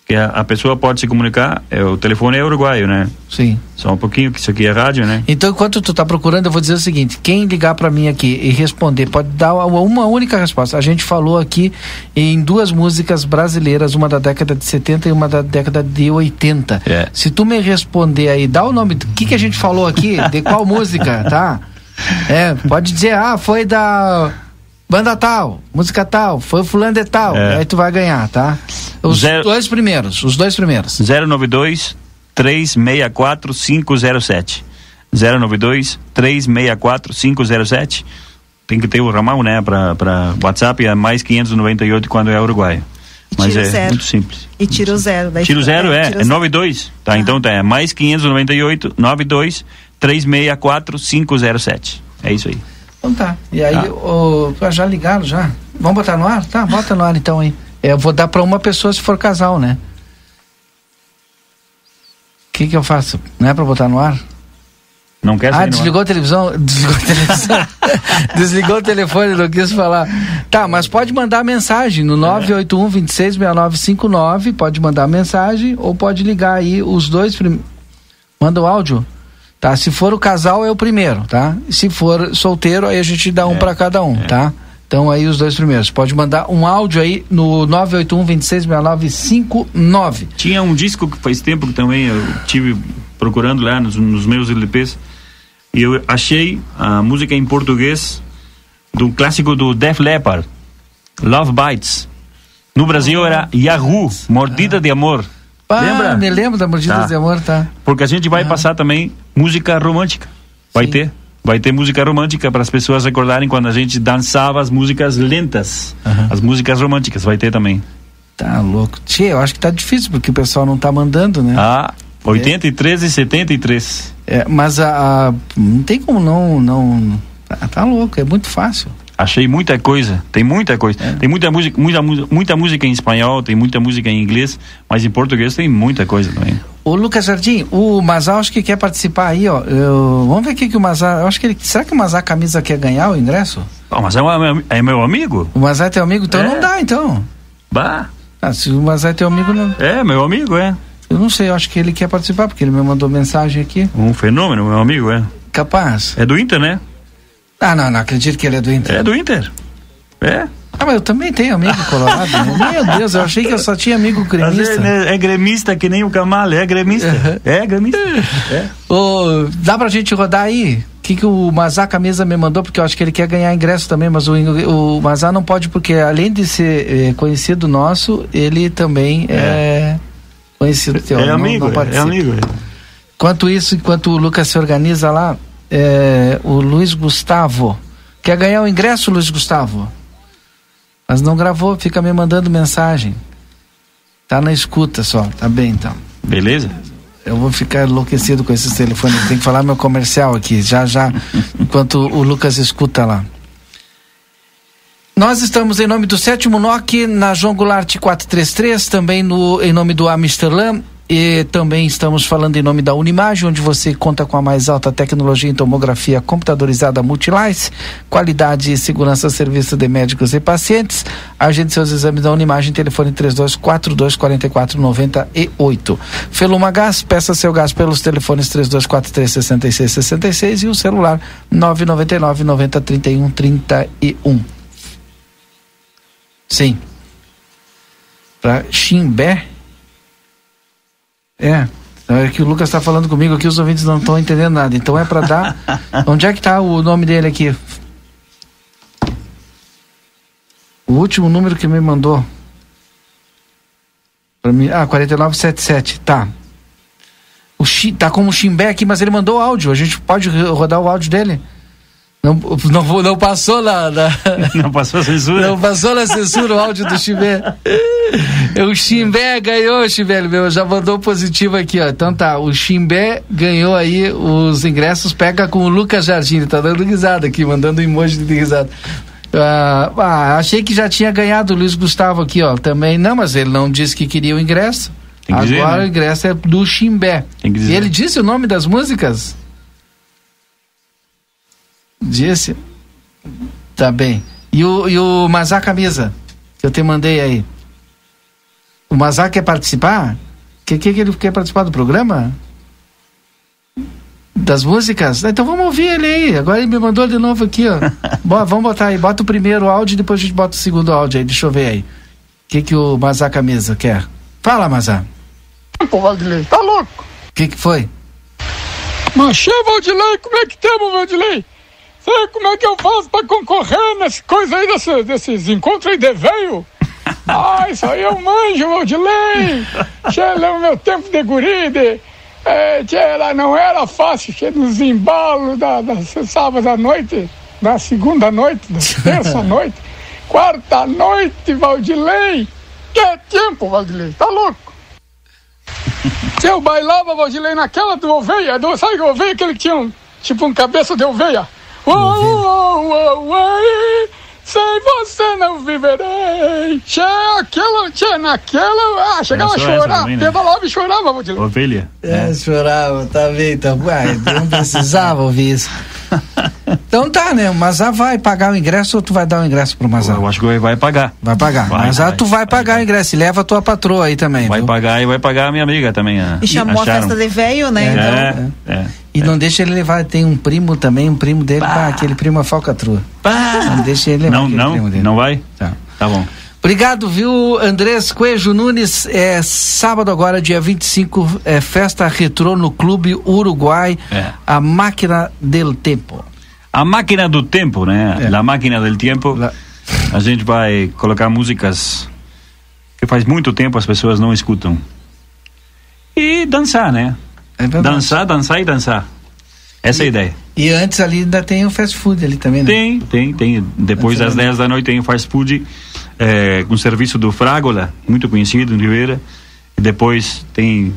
que a, a pessoa pode se comunicar, é, o telefone é uruguaio, né? Sim. Só um pouquinho, que isso aqui é rádio, né? Então, enquanto tu tá procurando, eu vou dizer o seguinte: quem ligar para mim aqui e responder, pode dar uma única resposta. A gente falou aqui em duas músicas brasileiras, uma da década de setenta e uma da década de oitenta. É. Se tu me responder aí, dá o nome, o que que a gente falou aqui, de qual música, tá? É, pode dizer, ah, foi da banda tal, música tal, foi o fulano de tal, É. aí tu vai ganhar, tá? Os Zero- dois primeiros, os dois primeiros. zero nove dois, três seis quatro, cinco zero sete. zero nove dois, três seis quatro, cinco zero sete. Tem que ter o ramal, né? Pra, pra WhatsApp é mais quinhentos e noventa e oito quando é uruguaio. Mas tira o é zero. muito simples. E tira o zero. Daí Tira o zero, é, tira é noventa e dois. Tá, então tá, é mais quinhentos e noventa e oito, noventa e dois, três seis quatro, cinco zero sete. É isso aí. Então tá. E aí, Ah. o, já ligaram já? Vamos botar no ar? Tá, bota no ar então aí. É, eu vou dar pra uma pessoa se for casal, né? O que que eu faço? Não é pra botar no ar? Não quer Ah, sair no desligou a televisão? Desligou a televisão. Desligou o telefone, não quis falar. Tá, mas pode mandar mensagem no nove oito um, dois seis, seis nove cinco nove. Pode mandar mensagem ou pode ligar aí os dois. Prim... Manda o áudio. Tá, se for o casal é o primeiro, tá? Se for solteiro, aí a gente dá um É, pra cada um, é. tá? Então aí os dois primeiros. Pode mandar um áudio aí no nove oito um, dois seis, seis nove cinco nove. Tinha um disco que faz tempo que também eu tive procurando lá nos, nos meus L Ps e eu achei a música em português do clássico do Def Leppard, Love Bites. No Brasil era Yahoo, Mordida de Amor. Ah, Lembra? me lembro da Mordida Tá. de Amor, tá? Porque a gente vai passar também música romântica. Vai Sim. ter. Vai ter música romântica para as pessoas recordarem quando a gente dançava as músicas lentas. Aham. As músicas românticas, vai ter também. Tá louco. Tchê, eu acho que tá difícil, porque o pessoal não tá mandando, né? Ah, oitenta e três e setenta e três. É, mas a, a- não tem como não, não tá, tá louco, é muito fácil. Achei muita coisa, tem muita coisa. É. Tem muita música, muita, mu- muita música em espanhol, tem muita música em inglês, mas em português tem muita coisa também. Ô Lucas Jardim, o Mazar acho que quer participar aí, ó. Eu- vamos ver o que que o Mazar, eu acho que ele, será que o Mazar Camisa quer ganhar o ingresso? Oh, mas é, um- é meu amigo? O Mazar é teu amigo? Então É. não dá, então. Bah, Ah, se o Mazar é teu amigo, não. é meu amigo, é. Eu não sei, eu acho que ele quer participar, porque ele me mandou mensagem aqui. Um fenômeno, meu amigo, é. Capaz. É do Inter, né? Ah, não, não acredito que ele é do Inter. É do Inter. É. Ah, mas eu também tenho amigo colorado, né? Meu Deus, eu achei que eu só tinha amigo gremista. Mas É, é gremista que nem o Camale, é gremista. Uhum. É gremista. É. Ô, dá pra gente rodar aí? O que, que o Mazar Camisa me mandou? Porque eu acho que ele quer ganhar ingresso também, mas o, o Mazar não pode, porque além de ser eh, conhecido nosso, ele também é, conhecido teu. É não- amigo, não é, participa. é amigo. é. Enquanto isso, enquanto o Lucas se organiza lá, é, o Luiz Gustavo quer ganhar o ingresso, Luiz Gustavo? Mas não gravou, fica me mandando mensagem. Tá na escuta só, tá bem então. Beleza? Eu vou ficar enlouquecido com esses telefones. Tem que falar meu comercial aqui, já já, enquanto o Lucas escuta lá. Nós estamos em nome do Sétimo N O C, na João Goulart quatrocentos e trinta e três, também no, em nome do Amsterdã, e também estamos falando em nome da Unimagem, onde você conta com a mais alta tecnologia em tomografia computadorizada Multilice, qualidade e segurança a serviço de médicos e pacientes. Agende seus exames da Unimagem, telefone três dois quatro dois quatro quatro nove oito. Feluma Gás, peça seu gás pelos telefones três dois quatro três, seis seis seis seis e o celular nove nove nove, nove zero três um, trinta e um. Sim. Para Chimbé. É. É que o Lucas está falando comigo aqui, os ouvintes não estão entendendo nada. Então é para dar. Onde é que está o nome dele aqui? O último número que me mandou. Para mim. Ah, quatro nove sete sete. Tá. O Chi, tá como Chimbé aqui, mas ele mandou áudio. A gente pode rodar o áudio dele? Não, não, não passou na, na... Não passou a censura? Não passou na censura o áudio do Chimbé. O Chimbé ganhou, Chimbé, meu, já mandou positivo aqui, ó. Então tá, o Chimbé ganhou aí os ingressos, pega com o Lucas Jardim, ele tá dando risada aqui, mandando emoji de risada. Ah, ah, achei que já tinha ganhado o Luiz Gustavo aqui, ó, também. Não, mas ele não disse que queria o ingresso. Tem que dizer, Agora né? o ingresso é do Chimbé. Tem que dizer. E ele disse o nome das músicas? Disse? Tá bem. E o, e o Mazar Camisa, que eu te mandei aí? O Mazá quer participar? Que, que, que ele quer participar do programa? Das músicas? Então vamos ouvir ele aí. Agora ele me mandou de novo aqui, ó. Bom, vamos botar aí. Bota o primeiro áudio e depois a gente bota o segundo áudio aí. Deixa eu ver aí. O que, que o Mazá Camisa quer? Fala, Mazá. Pô, Valdilei, tá louco? O que, que foi? Machê, Valdilei, como é que temos, Valdilei? Sei como é que eu faço pra concorrer nessas coisas aí, desses, desses encontros aí de veio? Ah, isso aí eu manjo, Valdilei. Tchê, no meu tempo de guri, de... É, tchê, lá não era fácil, tchê, nos embalos da, da sábado à noite, da segunda noite, da terça noite, quarta noite, Valdilei. Que tempo, Valdilei, tá louco? Tchê, eu bailava, Valdilei, naquela do oveia, do, sabe que oveia que ele tinha um, tipo um cabeça de oveia? Uou, uou, uou, uou, sem você não viverei. Tchê, aquela, tchê, naquela, ah, chegava a chorar, também, né? Pedalava e chorava, Valdilei. Ovelha. É, é, chorava, tá bem, então, uai, não precisava ouvir isso. Então tá, né, o Mazá vai pagar o ingresso ou tu vai dar o ingresso pro Mazá? Eu acho que ele vai pagar. Vai pagar, vai, Mazá, tu vai, vai pagar vai. o ingresso e leva a tua patroa aí também. Vai viu? pagar e vai pagar a minha amiga também. A, e chamou a festa de velho, né? É, então. é, é. E é. não deixa ele levar, tem um primo também, um primo dele, pá, aquele primo é falcatrua. Pá. Não deixa ele levar não, aquele não, primo dele. Não vai? Tá, tá bom. Obrigado, viu, Andrés Coelho Nunes. É sábado agora, dia vinte e cinco, é festa retrô no Clube Uruguai, é. a Máquina del Tempo. A Máquina do Tempo, né? É. A Máquina del Tempo. La... A gente vai colocar músicas que faz muito tempo as pessoas não escutam. E dançar, né? É dançar, dançar e dançar. Essa e, é a ideia. E antes ali ainda tem o fast food ali também, né? Tem, tem, tem. Depois das dez da noite tem o fast food, é, com serviço do Frágola, muito conhecido em Ribeira. E depois tem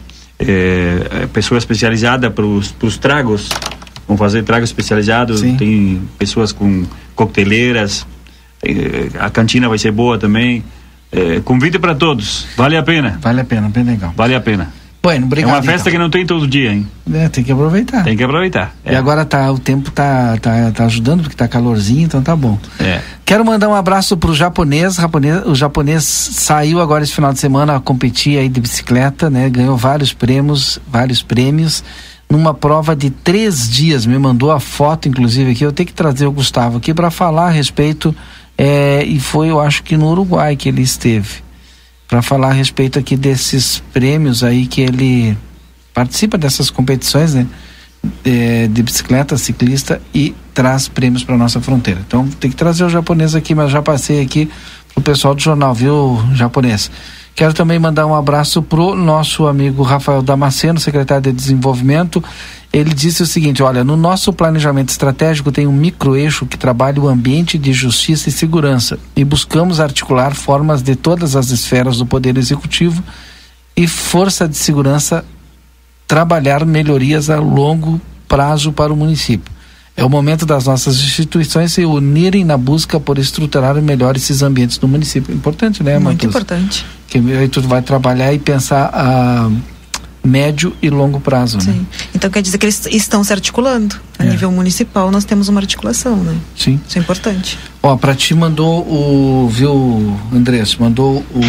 é, pessoa especializada para os tragos. Vão fazer tragos especializados. Sim. Tem pessoas com cocteleiras. Tem, a cantina vai ser boa também. É, convite para todos. Vale a pena. Vale a pena, bem legal. Vale a pena. Bueno, obrigado, é uma festa então. que não tem todo dia, hein? É, tem que aproveitar. Tem que aproveitar. É. E agora tá, o tempo tá, tá, tá ajudando, porque tá calorzinho, então tá bom. É. Quero mandar um abraço pro japonês. japonês. O japonês saiu agora esse final de semana a competir aí de bicicleta, né? Ganhou vários prêmios, vários prêmios, numa prova de três dias. Me mandou a foto, inclusive, aqui. Eu tenho que trazer o Gustavo aqui para falar a respeito. É, e foi, eu acho que no Uruguai que ele esteve, para falar a respeito aqui desses prêmios aí que ele participa dessas competições, né, de, de bicicleta, ciclista, e traz prêmios para nossa fronteira. Então tem que trazer o japonês aqui, mas já passei aqui pro pessoal do jornal, viu, japonês? Quero também mandar um abraço pro nosso amigo Rafael Damasceno, secretário de Desenvolvimento. Ele disse o seguinte: olha, no nosso planejamento estratégico tem um microeixo que trabalha o ambiente de justiça e segurança, e buscamos articular formas de todas as esferas do Poder Executivo e Força de Segurança trabalhar melhorias a longo prazo para o município. É o momento das nossas instituições se unirem na busca por estruturar melhor esses ambientes do município. Importante, né, Matheus? Muito importante. Que aí tu vai trabalhar e pensar a médio e longo prazo, Sim. né? Então quer dizer que eles estão se articulando. A é. nível municipal nós temos uma articulação, né? Sim. Isso é importante. Ó, pra ti mandou o, viu, Andrés, mandou o...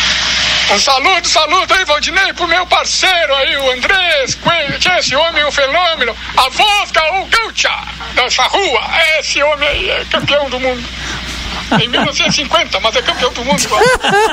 Um saludo, saludo aí, Valdinei, pro meu parceiro aí, o Andrés Coelho. Esse homem é um fenômeno. A vodka, o Gaucha, dessa rua. Esse homem aí é campeão do mundo. Em mil novecentos e cinquenta, mas é campeão do mundo igual.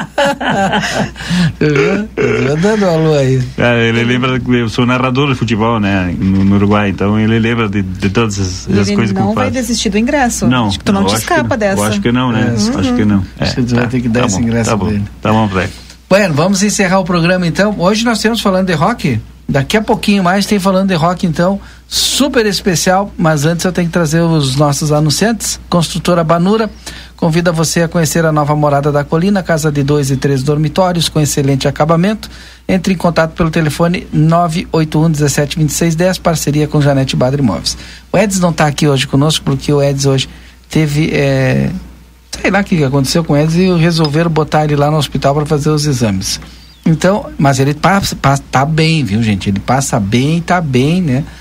Eu dando a lua aí. É, ele lembra que eu sou narrador de futebol, né, no, no Uruguai, então ele lembra de, de todas as, as coisas que eu faço. Não vai desistir do ingresso. Não. Acho que tu não te escapa dessa. Eu acho que não, né? É, acho que não. É, acho que tu vai ter que dar tá esse bom, ingresso tá bom, dele. Tá bom, Zé. Bueno, vamos encerrar o programa então. Hoje nós temos falando de rock. Daqui a pouquinho mais tem falando de rock, então, super especial, mas antes eu tenho que trazer os nossos anunciantes. Construtora Banura convida você a conhecer a nova morada da Colina, casa de dois e três dormitórios com excelente acabamento. Entre em contato pelo telefone nove oito um, um sete, dois seis um zero, parceria com Janete Badra Imóveis. O Edson não está aqui hoje conosco porque o Edson hoje teve, é, sei lá o que aconteceu com o Edson e resolveram botar ele lá no hospital para fazer os exames. Então, mas ele passa, passa, tá bem, viu, gente? Ele passa bem, tá bem, né?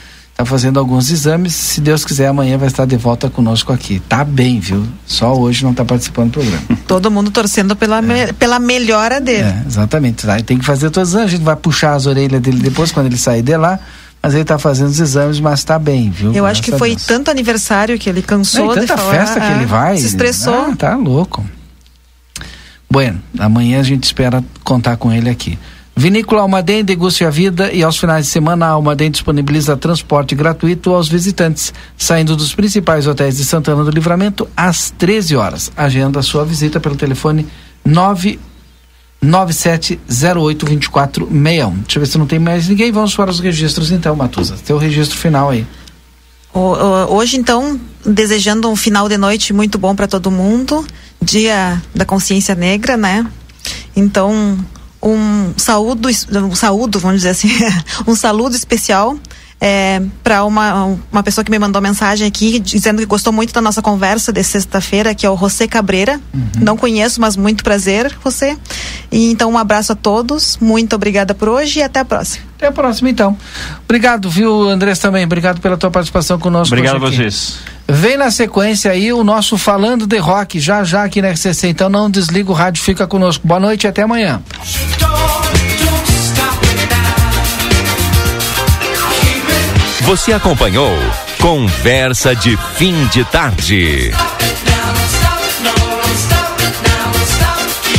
Tá fazendo alguns exames, se Deus quiser amanhã vai estar de volta conosco aqui. Tá bem, viu? Só hoje não tá participando do programa. Todo mundo torcendo pela, é. me, pela melhora dele. É, exatamente. Aí tem que fazer todos os exames, a gente vai puxar as orelhas dele depois quando ele sair de lá, mas ele tá fazendo os exames, mas tá bem, viu? Eu Graças acho que foi tanto aniversário que ele cansou não, de falar. Tanta festa que ele vai. Se estressou. Ah, tá louco. Bueno, amanhã a gente espera contar com ele aqui. Vinícola Almaden, deguste a vida, e aos finais de semana a Almaden disponibiliza transporte gratuito aos visitantes, saindo dos principais hotéis de Santana do Livramento às treze horas. Agenda a sua visita pelo telefone nove nove sete zero oito dois quatro seis um. Deixa eu ver se não tem mais ninguém. Vamos para os registros então, Matuza. Teu registro final aí. Hoje, então, desejando um final de noite muito bom para todo mundo, Dia da Consciência Negra, né? Então, um saúdo, um saúdo, vamos dizer assim, um saludo especial é, para uma, uma pessoa que me mandou mensagem aqui dizendo que gostou muito da nossa conversa de sexta-feira, que é o José Cabreira. Uhum. Não conheço, mas muito prazer, José. E então um abraço a todos, muito obrigada por hoje e até a próxima. Até a próxima, então. Obrigado, viu, Andrés, também. Obrigado pela tua participação conosco. Obrigado a vocês. Vem na sequência aí o nosso Falando de Rock, já já aqui na R C C. Então não desliga o rádio, fica conosco. Boa noite e até amanhã. Você acompanhou Conversa de Fim de Tarde.